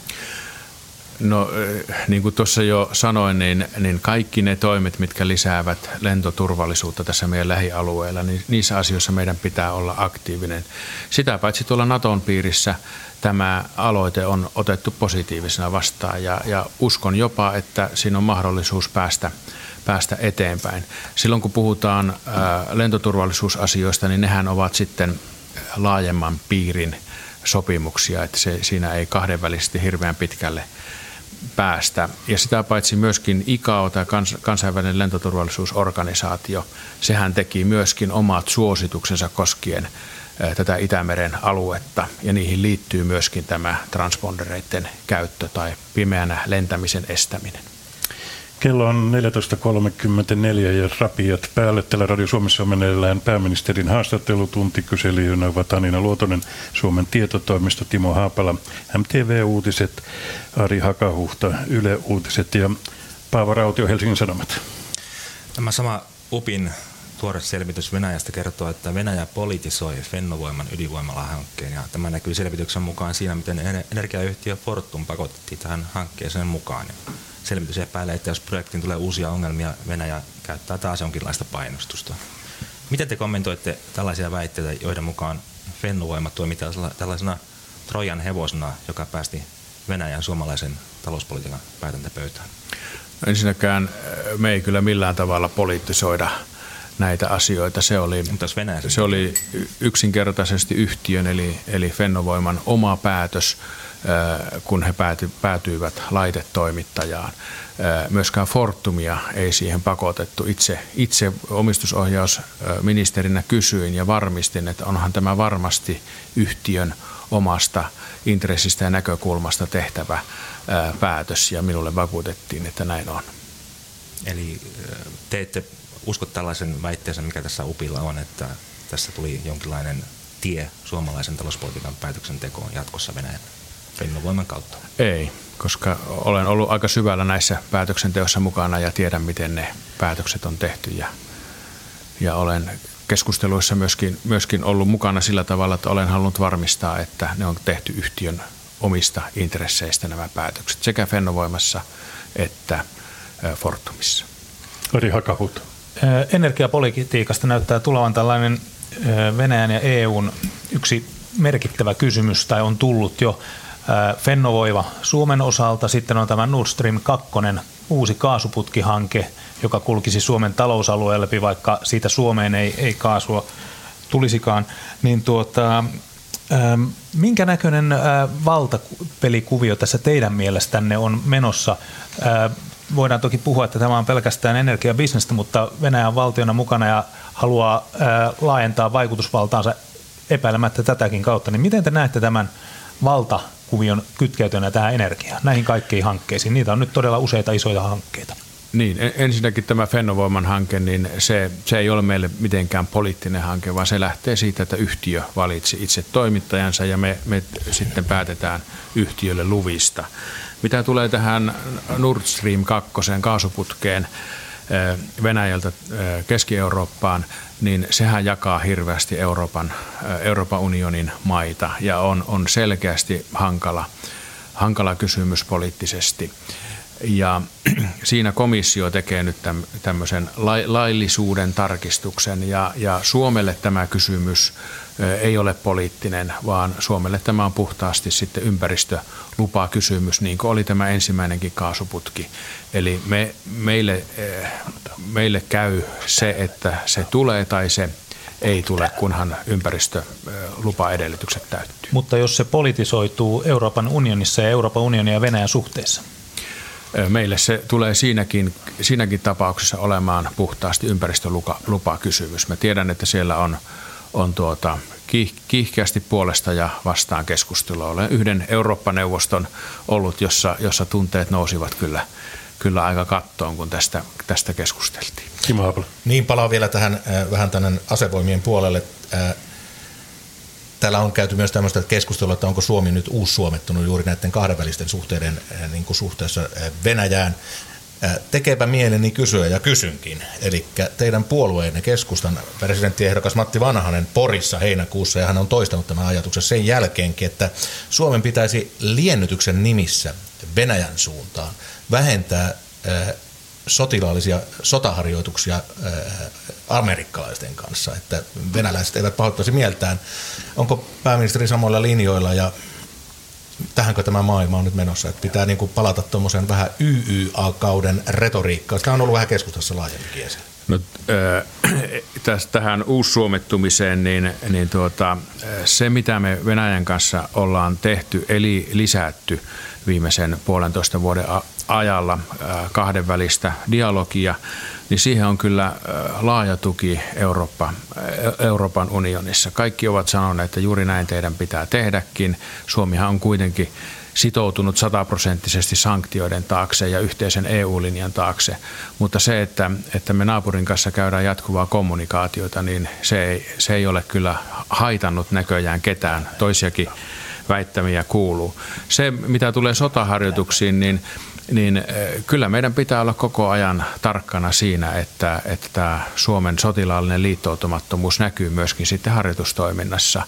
No niin kuin tuossa jo sanoin, niin kaikki ne toimet, mitkä lisäävät lentoturvallisuutta tässä meidän lähialueella, niin niissä asioissa meidän pitää olla aktiivinen. Sitä paitsi tuolla Naton piirissä tämä aloite on otettu positiivisena vastaan, ja uskon jopa, että siinä on mahdollisuus päästä eteenpäin. Silloin kun puhutaan lentoturvallisuusasioista, niin nehän ovat sitten laajemman piirin sopimuksia, että siinä ei kahdenvälisesti hirveän pitkälle päästä. Ja sitä paitsi myöskin ICAO, tai kansainvälinen lentoturvallisuusorganisaatio, sehän teki myöskin omat suosituksensa koskien tätä Itämeren aluetta, ja niihin liittyy myöskin tämä transpondereiden käyttö tai pimeänä lentämisen estäminen. Kello on 14.34 ja rapiat päälle. Täällä Radio Suomessa on meneillään pääministerin haastattelutunti. Kyselijöinä ovat Anniina Luotonen, Suomen tietotoimisto, Timo Haapala, MTV-uutiset, Ari Hakahuhta, Yle Uutiset ja Paavo Rautio, Helsingin Sanomat. Tämä sama UPin tuore selvitys Venäjästä kertoo, että Venäjä politisoi Fennovoiman ydinvoimalahankkeen, ja tämä näkyy selvityksen mukaan siinä, miten energiayhtiö Fortum pakotettiin tähän hankkeeseen mukaan. Selvitys epäilee, että jos projektiin tulee uusia ongelmia, Venäjä käyttää taas jonkinlaista painostusta. Miten te kommentoitte tällaisia väitteitä, joiden mukaan Fennovoima toimii tällaisena Trojan hevosena, joka päästi Venäjän suomalaisen talouspolitiikan päätäntäpöytään? Ensinnäkään me ei kyllä millään tavalla poliittisoida näitä asioita. Se oli yksinkertaisesti yhtiön eli Fennovoiman oma päätös, kun he päätyivät laitetoimittajaan. Myöskään Fortumia ei siihen pakotettu. Itse omistusohjausministerinä kysyin ja varmistin, että onhan tämä varmasti yhtiön omasta intressistä ja näkökulmasta tehtävä päätös, ja minulle vakuutettiin, että näin on. Eli te ette usko tällaisen väitteeseen, mikä tässä UPilla on, että tässä tuli jonkinlainen tie suomalaisen talouspolitiikan päätöksentekoon jatkossa Venäjän Fennovoiman kautta? Ei, koska olen ollut aika syvällä näissä päätöksenteossa mukana ja tiedän, miten ne päätökset on tehty, ja olen keskusteluissa myöskin ollut mukana sillä tavalla, että olen halunnut varmistaa, että ne on tehty yhtiön omista intresseistä nämä päätökset, sekä Fennovoimassa että Fortumissa. Ari Hakahut. Energiapolitiikasta näyttää tulevan tällainen Venäjän ja EUn yksi merkittävä kysymys, tai on tullut jo. Fennovoima Suomen osalta, sitten on tämä Nord Stream 2, uusi kaasuputkihanke, joka kulkisi Suomen talousalueen läpi, vaikka siitä Suomeen ei kaasua tulisikaan. Niin minkä näköinen valtapelikuvio tässä teidän mielestänne on menossa? Voidaan toki puhua, että tämä on pelkästään energiabisnestä, mutta Venäjä on valtiona mukana ja haluaa laajentaa vaikutusvaltaansa epäilemättä tätäkin kautta. Niin miten te näette tämän valtakuvion kytkeytynä tähän energiaan, näihin kaikkiin hankkeisiin? Niitä on nyt todella useita isoja hankkeita. Niin, ensinnäkin tämä Fennovoiman hanke, niin se ei ole meille mitenkään poliittinen hanke, vaan se lähtee siitä, että yhtiö valitsi itse toimittajansa, ja me sitten päätetään yhtiölle luvista. Mitä tulee tähän Nord Stream 2 kaasuputkeen Venäjältä Keski-Eurooppaan, niin sehän jakaa hirveästi Euroopan unionin maita, ja on selkeästi hankala kysymys poliittisesti. Ja siinä komissio tekee nyt tämmöisen laillisuuden tarkistuksen ja Suomelle tämä kysymys ei ole poliittinen, vaan Suomelle tämä on puhtaasti sitten ympäristölupakysymys, niin kuin oli tämä ensimmäinenkin kaasuputki. Eli meille käy se, että se tulee tai se ei tule, kunhan ympäristölupaedellytykset täyttyy. Mutta jos se politisoituu Euroopan unionissa ja Euroopan unionin ja Venäjän suhteessa? Meille se tulee siinäkin tapauksessa olemaan puhtaasti ympäristölupakysymys. Mä tiedän, että siellä on kiihkeästi puolesta ja vastaan keskustelua. Olen yhden Eurooppa-neuvoston ollut, jossa tunteet nousivat kyllä aika kattoon, kun tästä keskusteltiin. Timo Haapala. Niin, palaan vielä tähän vähän tänne asevoimien puolelle. Täällä on käyty myös tämmöistä keskustelua, että onko Suomi nyt uussuomettunut juuri näiden kahdenvälisten suhteiden niin kuin suhteessa Venäjään. Tekeepä mieleni kysyä ja kysynkin. Eli teidän puolueenne keskustan presidenttiehdokas Matti Vanhanen Porissa heinäkuussa, ja hän on toistanut tämän ajatuksen sen jälkeenkin, että Suomen pitäisi liennytyksen nimissä Venäjän suuntaan vähentää sotilaallisia sotaharjoituksia amerikkalaisten kanssa, että venäläiset eivät pahoittaisi mieltään. Onko pääministeri samoilla linjoilla ja tähänkö tämä maailma on nyt menossa, että pitää niin kuin palata tuommoisen vähän YYA-kauden retoriikkaan? Tämä on ollut vähän keskustassa laajemminkin esillä. No, tähän uussuomettumiseen, niin se mitä me Venäjän kanssa ollaan tehty, eli lisätty viimeisen 1,5 vuoden ajalla kahdenvälistä dialogia, niin siihen on kyllä laaja tuki Euroopan unionissa. Kaikki ovat sanoneet, että juuri näin teidän pitää tehdäkin. Suomihan on kuitenkin sitoutunut 100% sanktioiden taakse ja yhteisen EU-linjan taakse, mutta se, että me naapurin kanssa käydään jatkuvaa kommunikaatiota, niin se ei ole kyllä haitannut näköjään ketään. Toisiakin väittämiä kuuluu. Se, mitä tulee sotaharjoituksiin, niin kyllä meidän pitää olla koko ajan tarkkana siinä, että Suomen sotilaallinen liittoutumattomuus näkyy myöskin sitten harjoitustoiminnassa.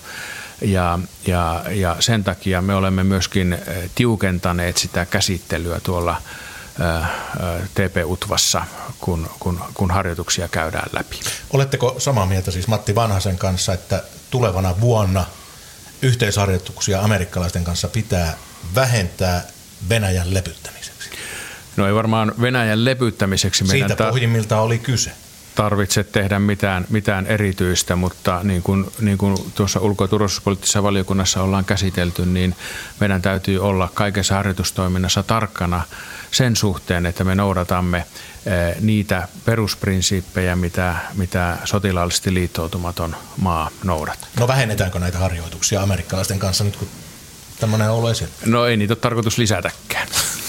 Ja sen takia me olemme myöskin tiukentaneet sitä käsittelyä tuolla TP-UTVassa, kun harjoituksia käydään läpi. Oletteko samaa mieltä siis Matti Vanhasen kanssa, että tulevana vuonna yhteisharjoituksia amerikkalaisten kanssa pitää vähentää Venäjän lepyttämiseksi? No ei varmaan Venäjän lepyttämiseksi. Siitä pohjimmilta oli kyse. Tarvitse tehdä mitään erityistä, mutta niin kuin tuossa ulko- ja turvallisuuspoliittisessa valiokunnassa ollaan käsitelty, niin meidän täytyy olla kaikessa harjoitustoiminnassa tarkkana sen suhteen, että me noudatamme niitä perusprinsiippejä, mitä sotilaallisesti liittoutumaton maa noudattaa. No vähennetäänkö näitä harjoituksia amerikkalaisten kanssa nyt, kun tämmöinen on ollut esillä? No ei niitä ole tarkoitus lisätäkään.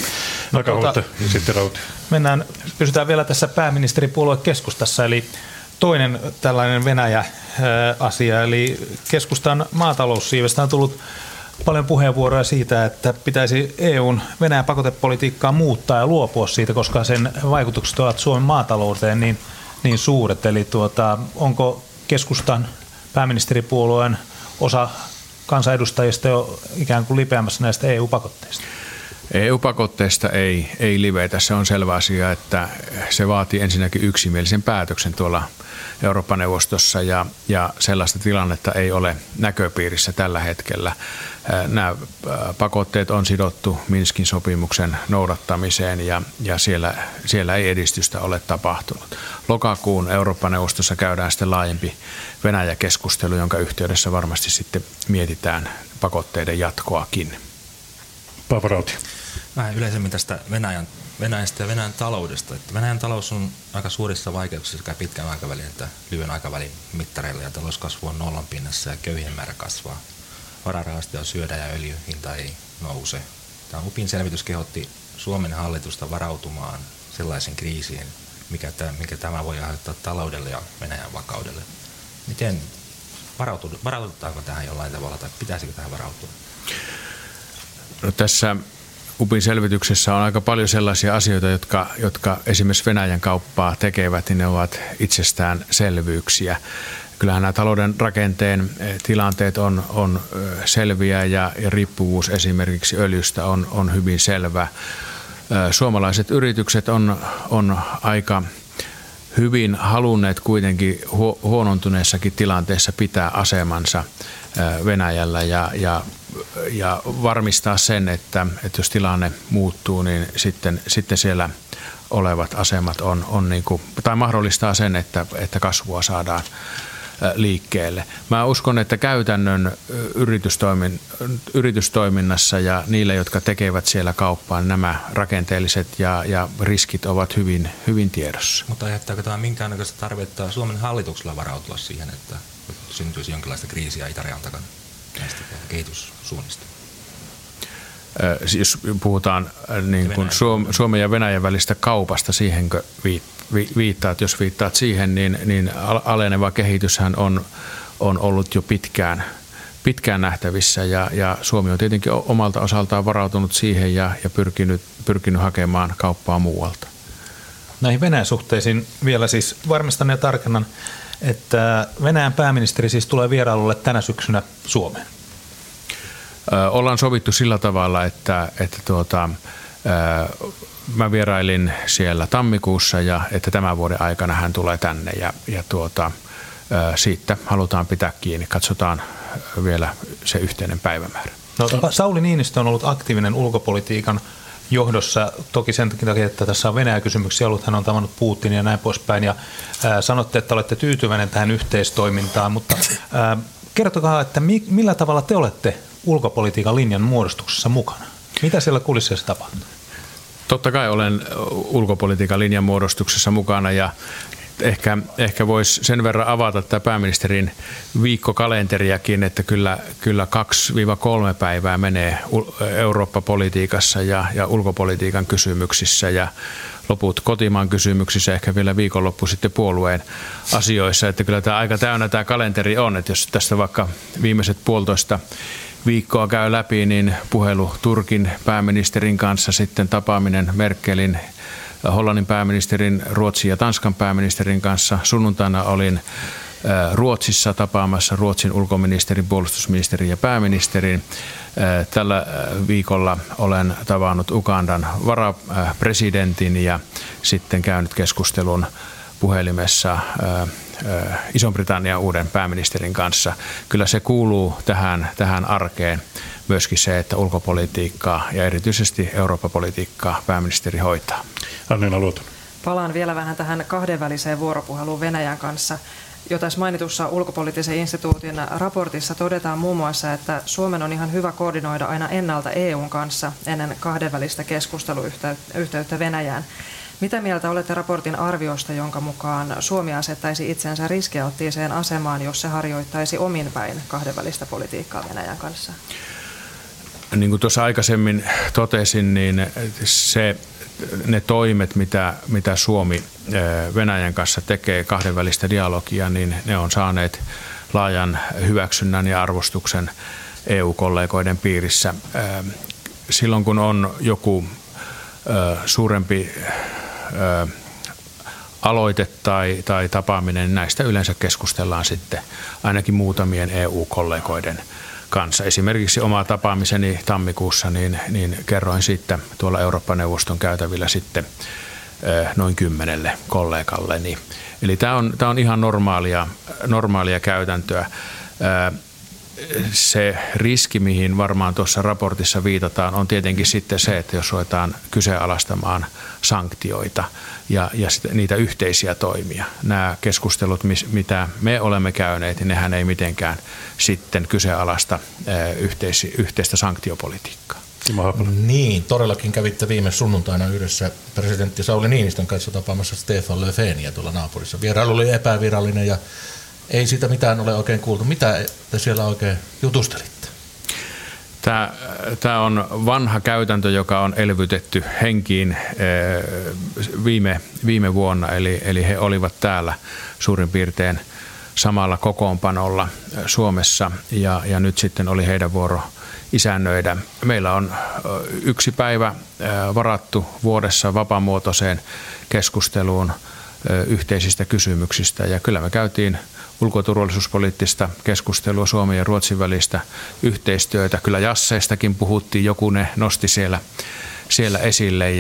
Sitten Rauti. Pysytään vielä tässä pääministeripuolue keskustassa, eli toinen tällainen Venäjä-asia, eli keskustan maataloussiivestä on tullut paljon puheenvuoroja siitä, että pitäisi EUn Venäjän pakotepolitiikkaa muuttaa ja luopua siitä, koska sen vaikutukset ovat Suomen maatalouteen niin suuret. Eli onko keskustan pääministeripuolueen osa kansanedustajista jo ikään kuin lipeämässä näistä EU-pakotteista? EU-pakotteista ei livetä. Se on selvä asia, että se vaatii ensinnäkin yksimielisen päätöksen tuolla Eurooppa-neuvostossa ja sellaista tilannetta ei ole näköpiirissä tällä hetkellä. Nämä pakotteet on sidottu Minskin sopimuksen noudattamiseen ja siellä ei edistystä ole tapahtunut. Lokakuun Eurooppa-neuvostossa käydään sitten laajempi Venäjä-keskustelu, jonka yhteydessä varmasti sitten mietitään pakotteiden jatkoakin. Paavo Rauti. Vähän yleisemmin tästä Venäjästä ja Venäjän taloudesta. Että Venäjän talous on aika suurissa vaikeuksissa sekä pitkän aikavälin että lyhyen aikavälin mittareilla ja talouskasvu on nollan pinnassa ja köyhien määrä kasvaa. Vararahastia syödä ja öljyhinta ei nouse. Tämä UPin selvitys kehotti Suomen hallitusta varautumaan sellaisen kriisiin, mikä tämä voi aiheuttaa taloudelle ja Venäjän vakaudelle. Miten varaudutaanko tähän jollain tavalla tai pitäisikö tähän varautua? No, tässä UPin selvityksessä on aika paljon sellaisia asioita, jotka esimerkiksi Venäjän kauppaa tekevät, niin ne ovat itsestäänselvyyksiä. kyllähän nämä talouden rakenteen tilanteet on selviä ja riippuvuus esimerkiksi öljystä on hyvin selvä. Suomalaiset yritykset on aika hyvin halunneet kuitenkin huonontuneessakin tilanteessa pitää asemansa Venäjällä ja varmistaa sen, että jos tilanne muuttuu, niin sitten siellä olevat asemat on niin kuin, tai mahdollistaa sen, että kasvua saadaan liikkeelle. Mä uskon, että käytännön yritystoiminnassa ja niille, jotka tekevät siellä kauppaa, nämä rakenteelliset ja riskit ovat hyvin, hyvin tiedossa. Mutta ajattaako tämä minkäännäköistä tarvetta Suomen hallituksella varautua siihen, että syntyisi jonkinlaista kriisiä itärajan takana näistä kehityssuunnista? Jos puhutaan niin kuin Suomen ja Venäjän välistä kaupasta, siihenkö viittaat? Jos viittaat siihen, niin aleneva kehityshän on ollut jo pitkään nähtävissä ja Suomi on tietenkin omalta osaltaan varautunut siihen ja pyrkinyt hakemaan kauppaa muualta. Näihin Venäjän suhteisiin vielä siis varmistan ja tarkennan, että Venäjän pääministeri siis tulee vierailulle tänä syksynä Suomeen. Ollaan sovittu sillä tavalla, että mä vierailin siellä tammikuussa ja että tämän vuoden aikana hän tulee tänne ja siitä halutaan pitää kiinni. Katsotaan vielä se yhteinen päivämäärä. No, Sauli Niinistö on ollut aktiivinen ulkopolitiikan johdossa, toki sen takia, että tässä on Venäjä-kysymyksiä ollut, hän on tavannut Putinia ja näin poispäin ja sanotte, että olette tyytyväinen tähän yhteistoimintaan, mutta kertokaa, että millä tavalla te olette ulkopolitiikan linjan muodostuksessa mukana? Mitä siellä kulisseissa tapahtuu? Totta kai olen ulkopolitiikan linjan muodostuksessa mukana ja ehkä voisi sen verran avata tämä pääministerin viikkokalenteriakin, että kyllä 2-3 päivää menee Eurooppa-politiikassa ja ulkopolitiikan kysymyksissä ja loput kotimaan kysymyksissä, ehkä vielä viikonloppu sitten puolueen asioissa. Että kyllä tämä aika täynnä tämä kalenteri on, että jos tästä vaikka viimeiset 1,5 viikkoa käy läpi, niin puhelu Turkin pääministerin kanssa, sitten tapaaminen Merkelin, Hollannin pääministerin, Ruotsin ja Tanskan pääministerin kanssa. Sunnuntaina olin Ruotsissa tapaamassa Ruotsin ulkoministerin, puolustusministerin ja pääministerin. Tällä viikolla olen tavannut Ugandan varapresidentin ja sitten käynyt keskustelun puhelimessa Ison-Britannian uuden pääministerin kanssa. Kyllä se kuuluu tähän arkeen myöskin se, että ulkopolitiikkaa ja erityisesti Eurooppa-politiikkaa pääministeri hoitaa. Anniina Luotonen. Palaan vielä vähän tähän kahdenväliseen vuoropuheluun Venäjän kanssa. Jo tässä mainitussa ulkopoliittisen instituutin raportissa todetaan muun muassa, että Suomen on ihan hyvä koordinoida aina ennalta EUn kanssa ennen kahdenvälistä keskusteluyhteyttä Venäjään. Mitä mieltä olette raportin arviosta, jonka mukaan Suomi asettaisi itsensä riskialttiiseen asemaan, jos se harjoittaisi omin päin kahdenvälistä politiikkaa Venäjän kanssa? Niin kuin tuossa aikaisemmin totesin, niin ne toimet, mitä Suomi Venäjän kanssa tekee kahdenvälistä dialogia, niin ne on saaneet laajan hyväksynnän ja arvostuksen EU-kollegoiden piirissä. Silloin kun on joku suurempi aloite tai tapaaminen, niin näistä yleensä keskustellaan sitten ainakin muutamien EU-kollegoiden kanssa. Esimerkiksi oma tapaamiseni tammikuussa, niin kerroin siitä tuolla Eurooppa-neuvoston käytävillä sitten noin 10 kollegalleni. Eli tämä on ihan normaalia käytäntöä. Se riski, mihin varmaan tuossa raportissa viitataan, on tietenkin sitten se, että jos ruvetaan kyseenalaistamaan sanktioita ja niitä yhteisiä toimia. Nämä keskustelut, mitä me olemme käyneet, niin nehän ei mitenkään sitten kyseenalaista yhteistä sanktiopolitiikkaa. Niin, todellakin kävitte viime sunnuntaina yhdessä presidentti Sauli Niinistön kanssa tapaamassa Stefan Löfveniä tuolla naapurissa. Vierailu oli epävirallinen ja ei siitä mitään ole oikein kuultu. Mitä te siellä oikein jutustelitte? Tämä on vanha käytäntö, joka on elvytetty henkiin viime vuonna. Eli he olivat täällä suurin piirtein samalla kokoonpanolla Suomessa ja nyt sitten oli heidän vuoro isännöidä. Meillä on 1 päivä varattu vuodessa vapaamuotoiseen keskusteluun yhteisistä kysymyksistä. Ja kyllä me käytiin ulko- ja turvallisuuspoliittista keskustelua Suomen ja Ruotsin välistä yhteistyötä. Kyllä jasseistakin puhuttiin, joku ne nosti siellä esille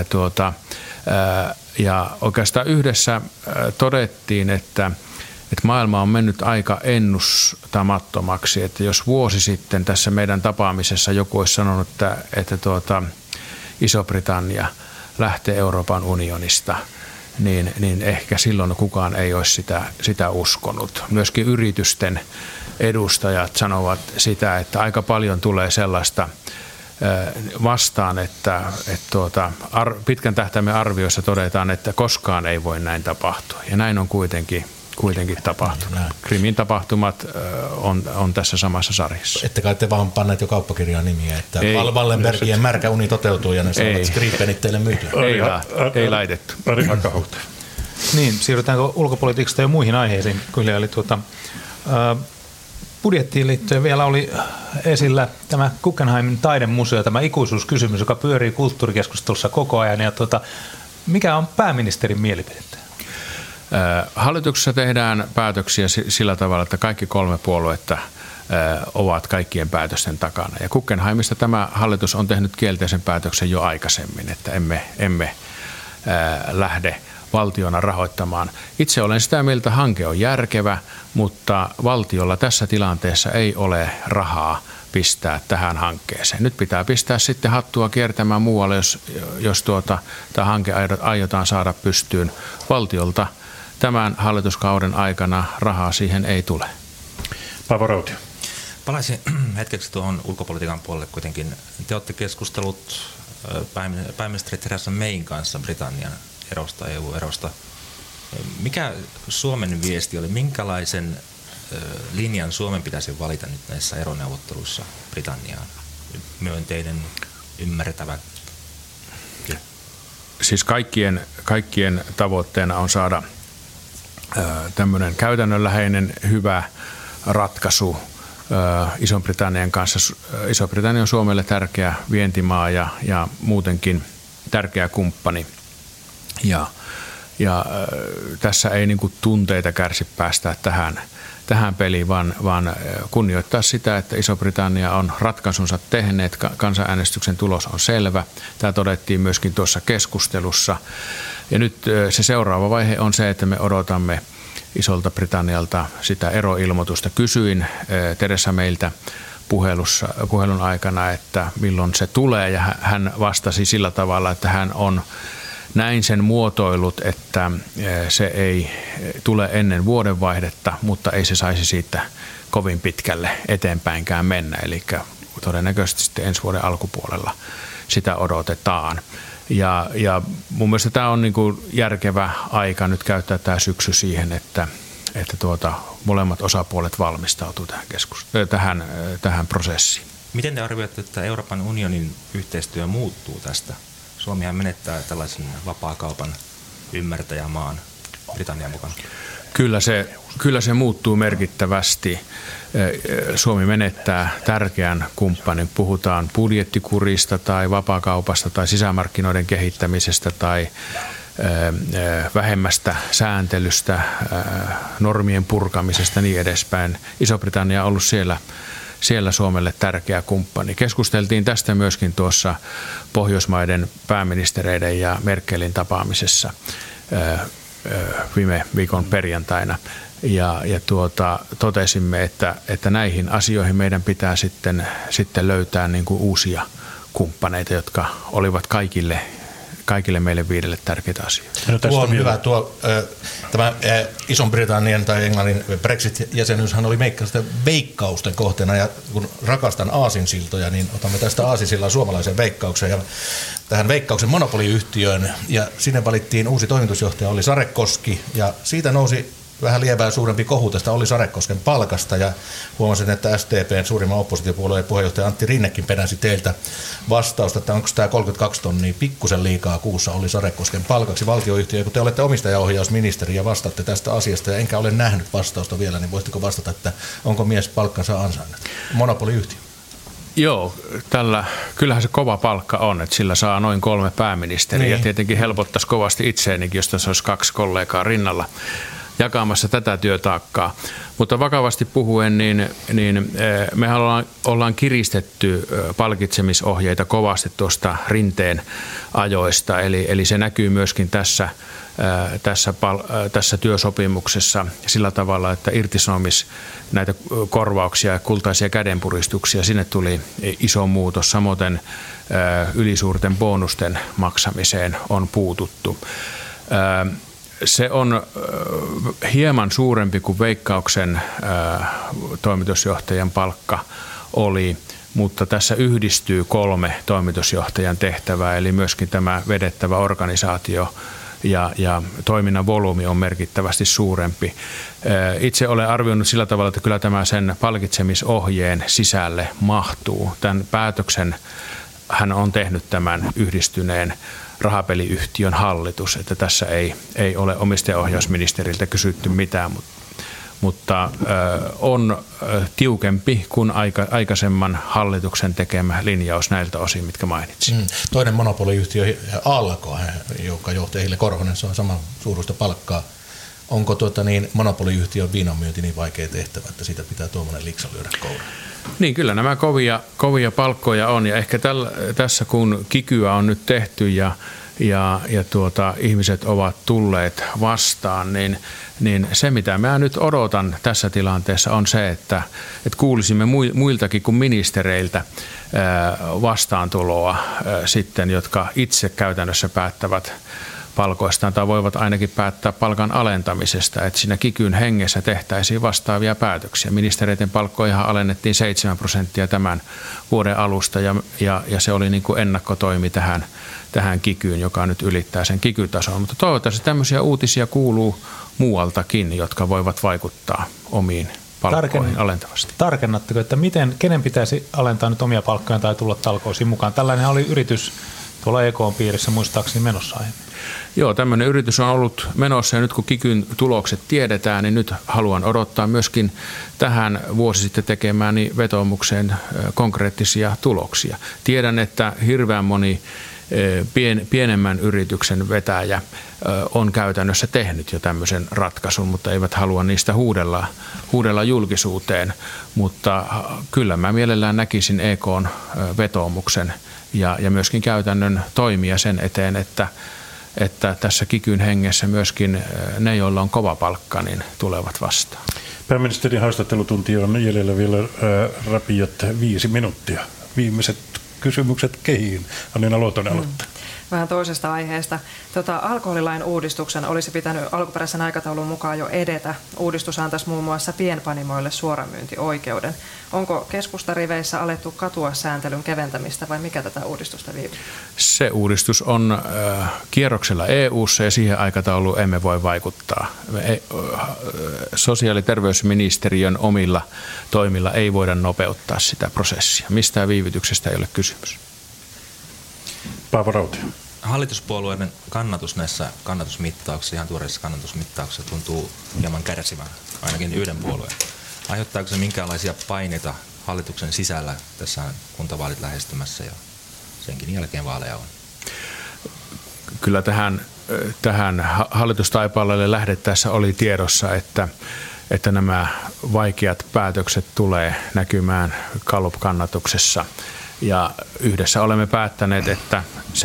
ja oikeastaan yhdessä todettiin, että maailma on mennyt aika ennustamattomaksi, että jos vuosi sitten tässä meidän tapaamisessa joku olisi sanonut, että Iso-Britannia lähtee Euroopan unionista, niin ehkä silloin kukaan ei olisi sitä uskonut. Myöskin yritysten edustajat sanovat sitä, että aika paljon tulee sellaista vastaan, että pitkän tähtäimen arvioissa todetaan, että koskaan ei voi näin tapahtua. Ja näin on kuitenkin tapahtunut. Krimin tapahtumat on tässä samassa sarjassa. Ette kai te vaan panneet jo kauppakirjaan nimiä, että Wallenbergien märkä uni toteutuu ja ne saavat Gripenit teille myytyä. Ei laitettu. Niin, siirrytäänkö ulkopolitiikasta jo muihin aiheisiin? Kyllä oli budjettiin liittyen vielä oli esillä tämä Guggenheimin taidemuseo, tämä ikuisuuskysymys, joka pyörii kulttuurikeskustelussa koko ajan. Ja mikä on pääministerin mielipidettä? Hallituksessa tehdään päätöksiä sillä tavalla, että kaikki 3 puoluetta ovat kaikkien päätösten takana. Ja Guggenheimista tämä hallitus on tehnyt kielteisen päätöksen jo aikaisemmin, että emme lähde valtiona rahoittamaan. Itse olen sitä mieltä, että hanke on järkevä, mutta valtiolla tässä tilanteessa ei ole rahaa pistää tähän hankkeeseen. Nyt pitää pistää sitten hattua kiertämään muualle, jos tämä hanke aiotaan saada pystyyn. Valtiolta tämän hallituskauden aikana rahaa siihen ei tule. Paavo Rautio. Palaisin hetkeksi tuohon ulkopolitiikan puolelle kuitenkin. Te olette keskustellut pääministeri Theresa Mayn kanssa Britannian erosta, EU-erosta. Mikä Suomen viesti oli? Minkälaisen linjan Suomen pitäisi valita nyt näissä eroneuvotteluissa Britanniaan? Myönteinen, ymmärrettävä? Siis kaikkien tavoitteena on saada tämmöinen käytännönläheinen hyvä ratkaisu Ison-Britannian kanssa. Iso-Britannia on Suomelle tärkeä vientimaa ja muutenkin tärkeä kumppani. Ja tässä ei niin kuin tunteita kärsi päästä tähän peliin, vaan kunnioittaa sitä, että Iso-Britannia on ratkaisunsa tehneet. Kansanäänestyksen tulos on selvä. Tämä todettiin myöskin tuossa keskustelussa. Ja nyt se seuraava vaihe on se, että me odotamme Isolta Britannialta sitä eroilmoitusta. Kysyin Theresa Mayltä puhelun aikana, että milloin se tulee, ja hän vastasi sillä tavalla, että hän on näin sen muotoilut, että se ei tule ennen vuodenvaihdetta, mutta ei se saisi siitä kovin pitkälle eteenpäinkään mennä. Eli todennäköisesti sitten ensi vuoden alkupuolella sitä odotetaan. Ja mun mielestä tämä on niin kuin järkevä aika nyt käyttää tämä syksy siihen, että molemmat osapuolet valmistautuu tähän prosessiin. Miten te arvioitte, että Euroopan unionin yhteistyö muuttuu tästä? Suomihan menettää tällaisen vapaakaupan ymmärtäjämaan Britannian mukana. Kyllä se muuttuu merkittävästi. Suomi menettää tärkeän kumppanin. Puhutaan budjettikurista tai vapaakaupasta tai sisämarkkinoiden kehittämisestä tai vähemmästä sääntelystä, normien purkamisesta ja niin edespäin. Iso-Britannia on ollut siellä Suomelle tärkeä kumppani. Keskusteltiin tästä myöskin tuossa Pohjoismaiden pääministereiden ja Merkelin tapaamisessa viime viikon perjantaina. Ja totesimme, että näihin asioihin meidän pitää sitten löytää niin kuin uusia kumppaneita, jotka olivat kaikille meille 5 tärkeitä asioita. Tuo on hyvä. Tämä Ison-Britannian tai Englannin Brexit-jäsenyyshän oli veikkausten kohteena, ja kun rakastan aasinsiltoja, niin otamme tästä aasinsillan suomalaisen Veikkauksen ja tähän Veikkauksen monopoliyhtiöön, ja sinne valittiin uusi toimitusjohtaja Olli Sarekoski, ja siitä nousi vähän lievää suurempi kohu tästä Olli Sarekosken palkasta, ja huomasin, että SDPn suurimman oppositiopuolueen puheenjohtaja Antti Rinnekin penäsi teiltä vastausta, että onko tämä 32 tonnia pikkusen liikaa kuussa Olli Sarekosken palkaksi valtioyhtiö, kun te olette omistajaohjausministeri ja vastaatte tästä asiasta, ja enkä ole nähnyt vastausta vielä, niin voisitteko vastata, että onko mies palkkansa ansainnut? Monopoliyhtiö. Joo, kyllähän se kova palkka on, että sillä saa noin 3 pääministeriä. Ja tietenkin helpottaisi kovasti itseenikin, jos tässä olisi 2 kollegaa rinnalla jakamassa tätä työtaakkaa. Mutta vakavasti puhuen, niin me ollaan kiristetty palkitsemisohjeita kovasti tuosta Rinteen ajoista. Eli se näkyy myöskin tässä työsopimuksessa sillä tavalla, että näitä korvauksia ja kultaisia kädenpuristuksia, sinne tuli iso muutos. Samoin ylisuurten bonusten maksamiseen on puututtu. Se on hieman suurempi kuin Veikkauksen toimitusjohtajan palkka oli, mutta tässä yhdistyy 3 toimitusjohtajan tehtävää, eli myöskin tämä vedettävä organisaatio ja toiminnan volyymi on merkittävästi suurempi. Itse olen arvioinut sillä tavalla, että kyllä tämä sen palkitsemisohjeen sisälle mahtuu. Tämän päätöksen hän on tehnyt tämän yhdistyneen rahapeliyhtiön hallitus, että tässä ei ole omistajaohjausministeriltä kysytty mitään, mutta on tiukempi kuin aikaisemman hallituksen tekemä linjaus näiltä osin, mitkä mainitsin. Toinen monopoliyhtiö Alko, joka johti Hille Korhonen, se on saman suuruista palkkaa. Onko monopoliyhtiön viinanmyynti niin vaikea tehtävä, että siitä pitää tuommoinen liksa lyödä kouraan? Niin, kyllä nämä kovia palkkoja on, ja ehkä tässä kun kikyä on nyt tehty ja ihmiset ovat tulleet vastaan, niin se mitä mä nyt odotan tässä tilanteessa on se, että kuulisimme muiltakin kuin ministereiltä vastaantuloa sitten, jotka itse käytännössä päättävät palkoistaan tai voivat ainakin päättää palkan alentamisesta, että siinä kikyn hengessä tehtäisiin vastaavia päätöksiä. Ministereiden palkkoja alennettiin 7% tämän vuoden alusta ja se oli niin kuin ennakkotoimi tähän kikyyn, joka nyt ylittää sen kikytason. Mutta toivottavasti tämmöisiä uutisia kuuluu muualtakin, jotka voivat vaikuttaa omiin palkkoihin alentavasti. Tarkennatteko, että kenen pitäisi alentaa nyt omia palkkojaan tai tulla talkoisiin mukaan? Tällainen oli yritys tuolla EK:n piirissä muistaakseni menossa aiemmin. Joo, tämmöinen yritys on ollut menossa ja nyt kun kikyn tulokset tiedetään, niin nyt haluan odottaa myöskin tähän vuosi sitten tekemääni vetoomukseen konkreettisia tuloksia. Tiedän, että hirveän moni pienemmän yrityksen vetäjä on käytännössä tehnyt jo tämmöisen ratkaisun, mutta eivät halua niistä huudella julkisuuteen. Mutta kyllä mä mielellään näkisin EK:n vetoomuksen ja myöskin käytännön toimia sen eteen, että tässä kikyn hengessä myöskin ne, joilla on kova palkka, niin tulevat vastaan. Pääministerin haastattelutunti on jäljellä vielä rapiat 5 minuuttia. Viimeiset kysymykset kehiin. Annina Luotonen aloittaa. Vähän toisesta aiheesta. Alkoholilain uudistuksen olisi pitänyt alkuperäisen aikataulun mukaan jo edetä. Uudistus antaisi muun muassa pienpanimoille suoramyyntioikeuden. Onko keskustariveissä alettu katua sääntelyn keventämistä vai mikä tätä uudistusta viipyy? Se uudistus on kierroksella EU:ssa ja siihen aikatauluun emme voi vaikuttaa. Sosiaali- ja terveysministeriön omilla toimilla ei voida nopeuttaa sitä prosessia. Mistään viivytyksestä ei ole kysymys. Paavo Rautio. Hallituspuolueiden kannatus näissä kannatusmittauksissa, ihan tuoreissa kannatusmittauksissa tuntuu hieman kärsivän, ainakin yhden puolueen. Aiheuttaako se minkäänlaisia paineita hallituksen sisällä? Tässä on kuntavaalit lähestymässä ja senkin jälkeen vaaleja on. Kyllä tähän hallitustaipaleelle lähdettäessä oli tiedossa, että nämä vaikeat päätökset tulee näkymään Gallup-kannatuksessa. Ja yhdessä olemme päättäneet, että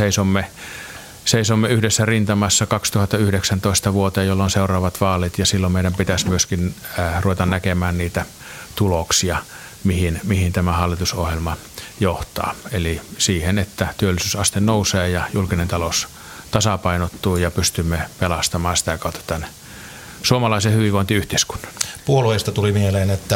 seisomme yhdessä rintamassa 2019 vuoteen, jolloin seuraavat vaalit, ja silloin meidän pitäisi myöskin ruveta näkemään niitä tuloksia, mihin tämä hallitusohjelma johtaa. Eli siihen, että työllisyysaste nousee ja julkinen talous tasapainottuu ja pystymme pelastamaan sitä kautta tämän suomalaisen hyvinvointiyhteiskunnan. Puolueesta tuli mieleen, että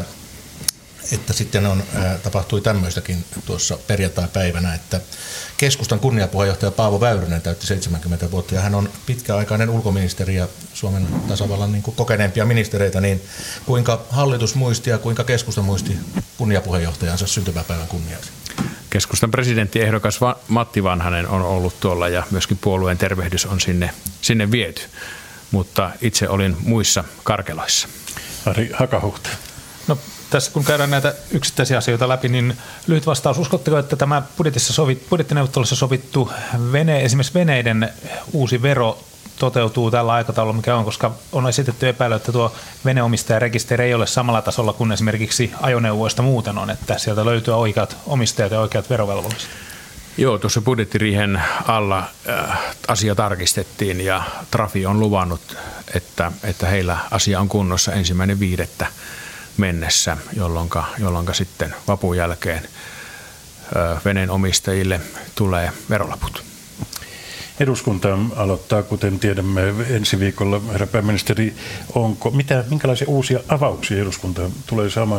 sitten tapahtui tämmöistäkin tuossa perjantai-päivänä, että keskustan kunniapuheenjohtaja Paavo Väyrynen täytti 70 vuotta ja hän on pitkäaikainen ulkoministeri ja Suomen tasavallan niin kuin kokeneempia ministereitä, niin kuinka hallitus muisti ja kuinka keskusta muisti kunniapuheenjohtajansa syntymäpäivän kunniaksi? Keskustan presidenttiehdokas Matti Vanhanen on ollut tuolla ja myöskin puolueen tervehdys on sinne viety, mutta itse olin muissa karkeloissa. Ari Hakahuhta. No, tässä kun käydään näitä yksittäisiä asioita läpi, niin lyhyt vastaus. Uskotteko, että tämä budjettineuvottelussa sovittu esimerkiksi veneiden uusi vero toteutuu tällä aikataululla, mikä on, koska on esitetty epäily, että tuo veneomistajarekisteri ei ole samalla tasolla kuin esimerkiksi ajoneuvoista muuten on, että sieltä löytyy oikeat omistajat ja oikeat verovelvolliset. Joo, tuossa budjettiriihen alla asia tarkistettiin ja Trafi on luvannut, että heillä asia on kunnossa 1.5. mennessä, jolloin sitten vapun jälkeen veneen omistajille tulee verolaput. Eduskunta aloittaa, kuten tiedämme, ensi viikolla. Herra pääministeri, minkälaisia uusia avauksia eduskunta tulee saamaan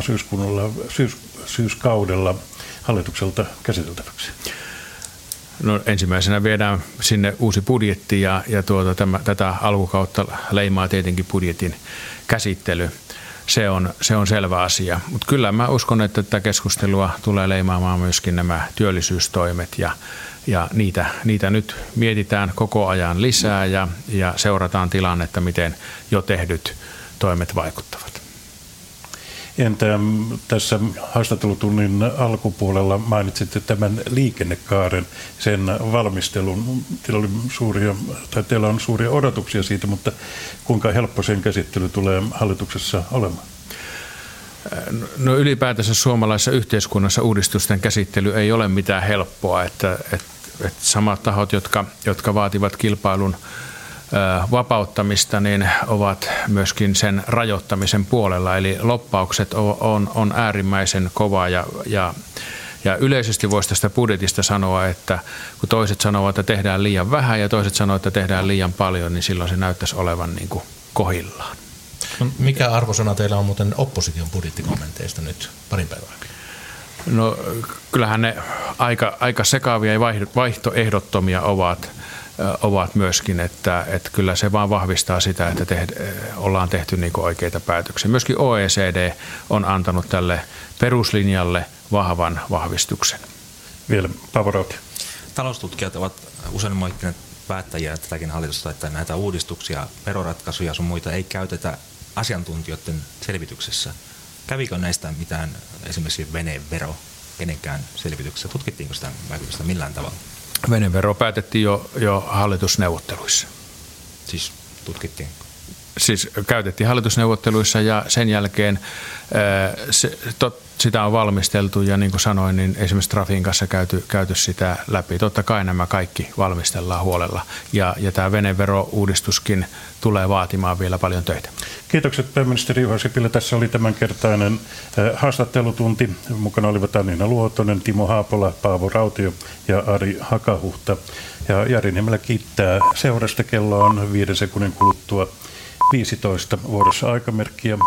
syyskaudella hallitukselta käsiteltäväksi? No, ensimmäisenä viedään sinne uusi budjetti ja tätä alkukautta leimaa tietenkin budjetin käsittely. Se on selvä asia, mutta kyllä mä uskon, että tätä keskustelua tulee leimaamaan myöskin nämä työllisyystoimet ja niitä nyt mietitään koko ajan lisää ja seurataan tilannetta, miten jo tehdyt toimet vaikuttavat. Entä tässä haastattelutunnin alkupuolella mainitsitte tämän liikennekaaren, sen valmistelun. Teillä on suuria odotuksia siitä, mutta kuinka helppo sen käsittely tulee hallituksessa olemaan? No, ylipäätänsä suomalaisessa yhteiskunnassa uudistusten käsittely ei ole mitään helppoa, että samat tahot, jotka vaativat kilpailun vapauttamista, niin ovat myöskin sen rajoittamisen puolella. Eli lobbaukset on äärimmäisen kova ja yleisesti voisi tästä budjetista sanoa, että kun toiset sanovat, että tehdään liian vähän ja toiset sanovat, että tehdään liian paljon, niin silloin se näyttäisi olevan niin kuin kohillaan. No, mikä arvosana teillä on muuten opposition budjettikommenteista nyt parin päivän aikana? No, kyllähän ne aika sekaavia ja vaihtoehdottomia ovat myöskin, että kyllä se vaan vahvistaa sitä, että ollaan tehty niin kuin oikeita päätöksiä. Myöskin OECD on antanut tälle peruslinjalle vahvan vahvistuksen. Vielä Paavo Rauti. Taloustutkijat ovat usein moittineet päättäjiä tätäkin hallitusta, että näitä uudistuksia, veroratkaisuja sun muita ei käytetä asiantuntijoiden selvityksessä. Kävikö näistä mitään esimerkiksi venevero kenenkään selvityksessä? Tutkittiinko sitä vaikutusta millään tavalla? Venevero päätettiin jo hallitusneuvotteluissa. Siis tutkittiin? Siis käytettiin hallitusneuvotteluissa ja sen jälkeen sitä on valmisteltu ja niin kuin sanoin, niin esimerkiksi Trafin kanssa käyty sitä läpi. Totta kai nämä kaikki valmistellaan huolella ja tämä veneverouudistuskin tulee vaatimaan vielä paljon töitä. Kiitokset pääministeri Juha Sipilä. Tässä oli tämänkertainen haastattelutunti. Mukana olivat Anniina Luotonen, Timo Haapola, Paavo Rautio ja Ari Hakahuhta. Ja Jari Niemelä kiittää seurasta. Kello on 5 sekunnin kuluttua 15 vuorossa aikamerkkiä.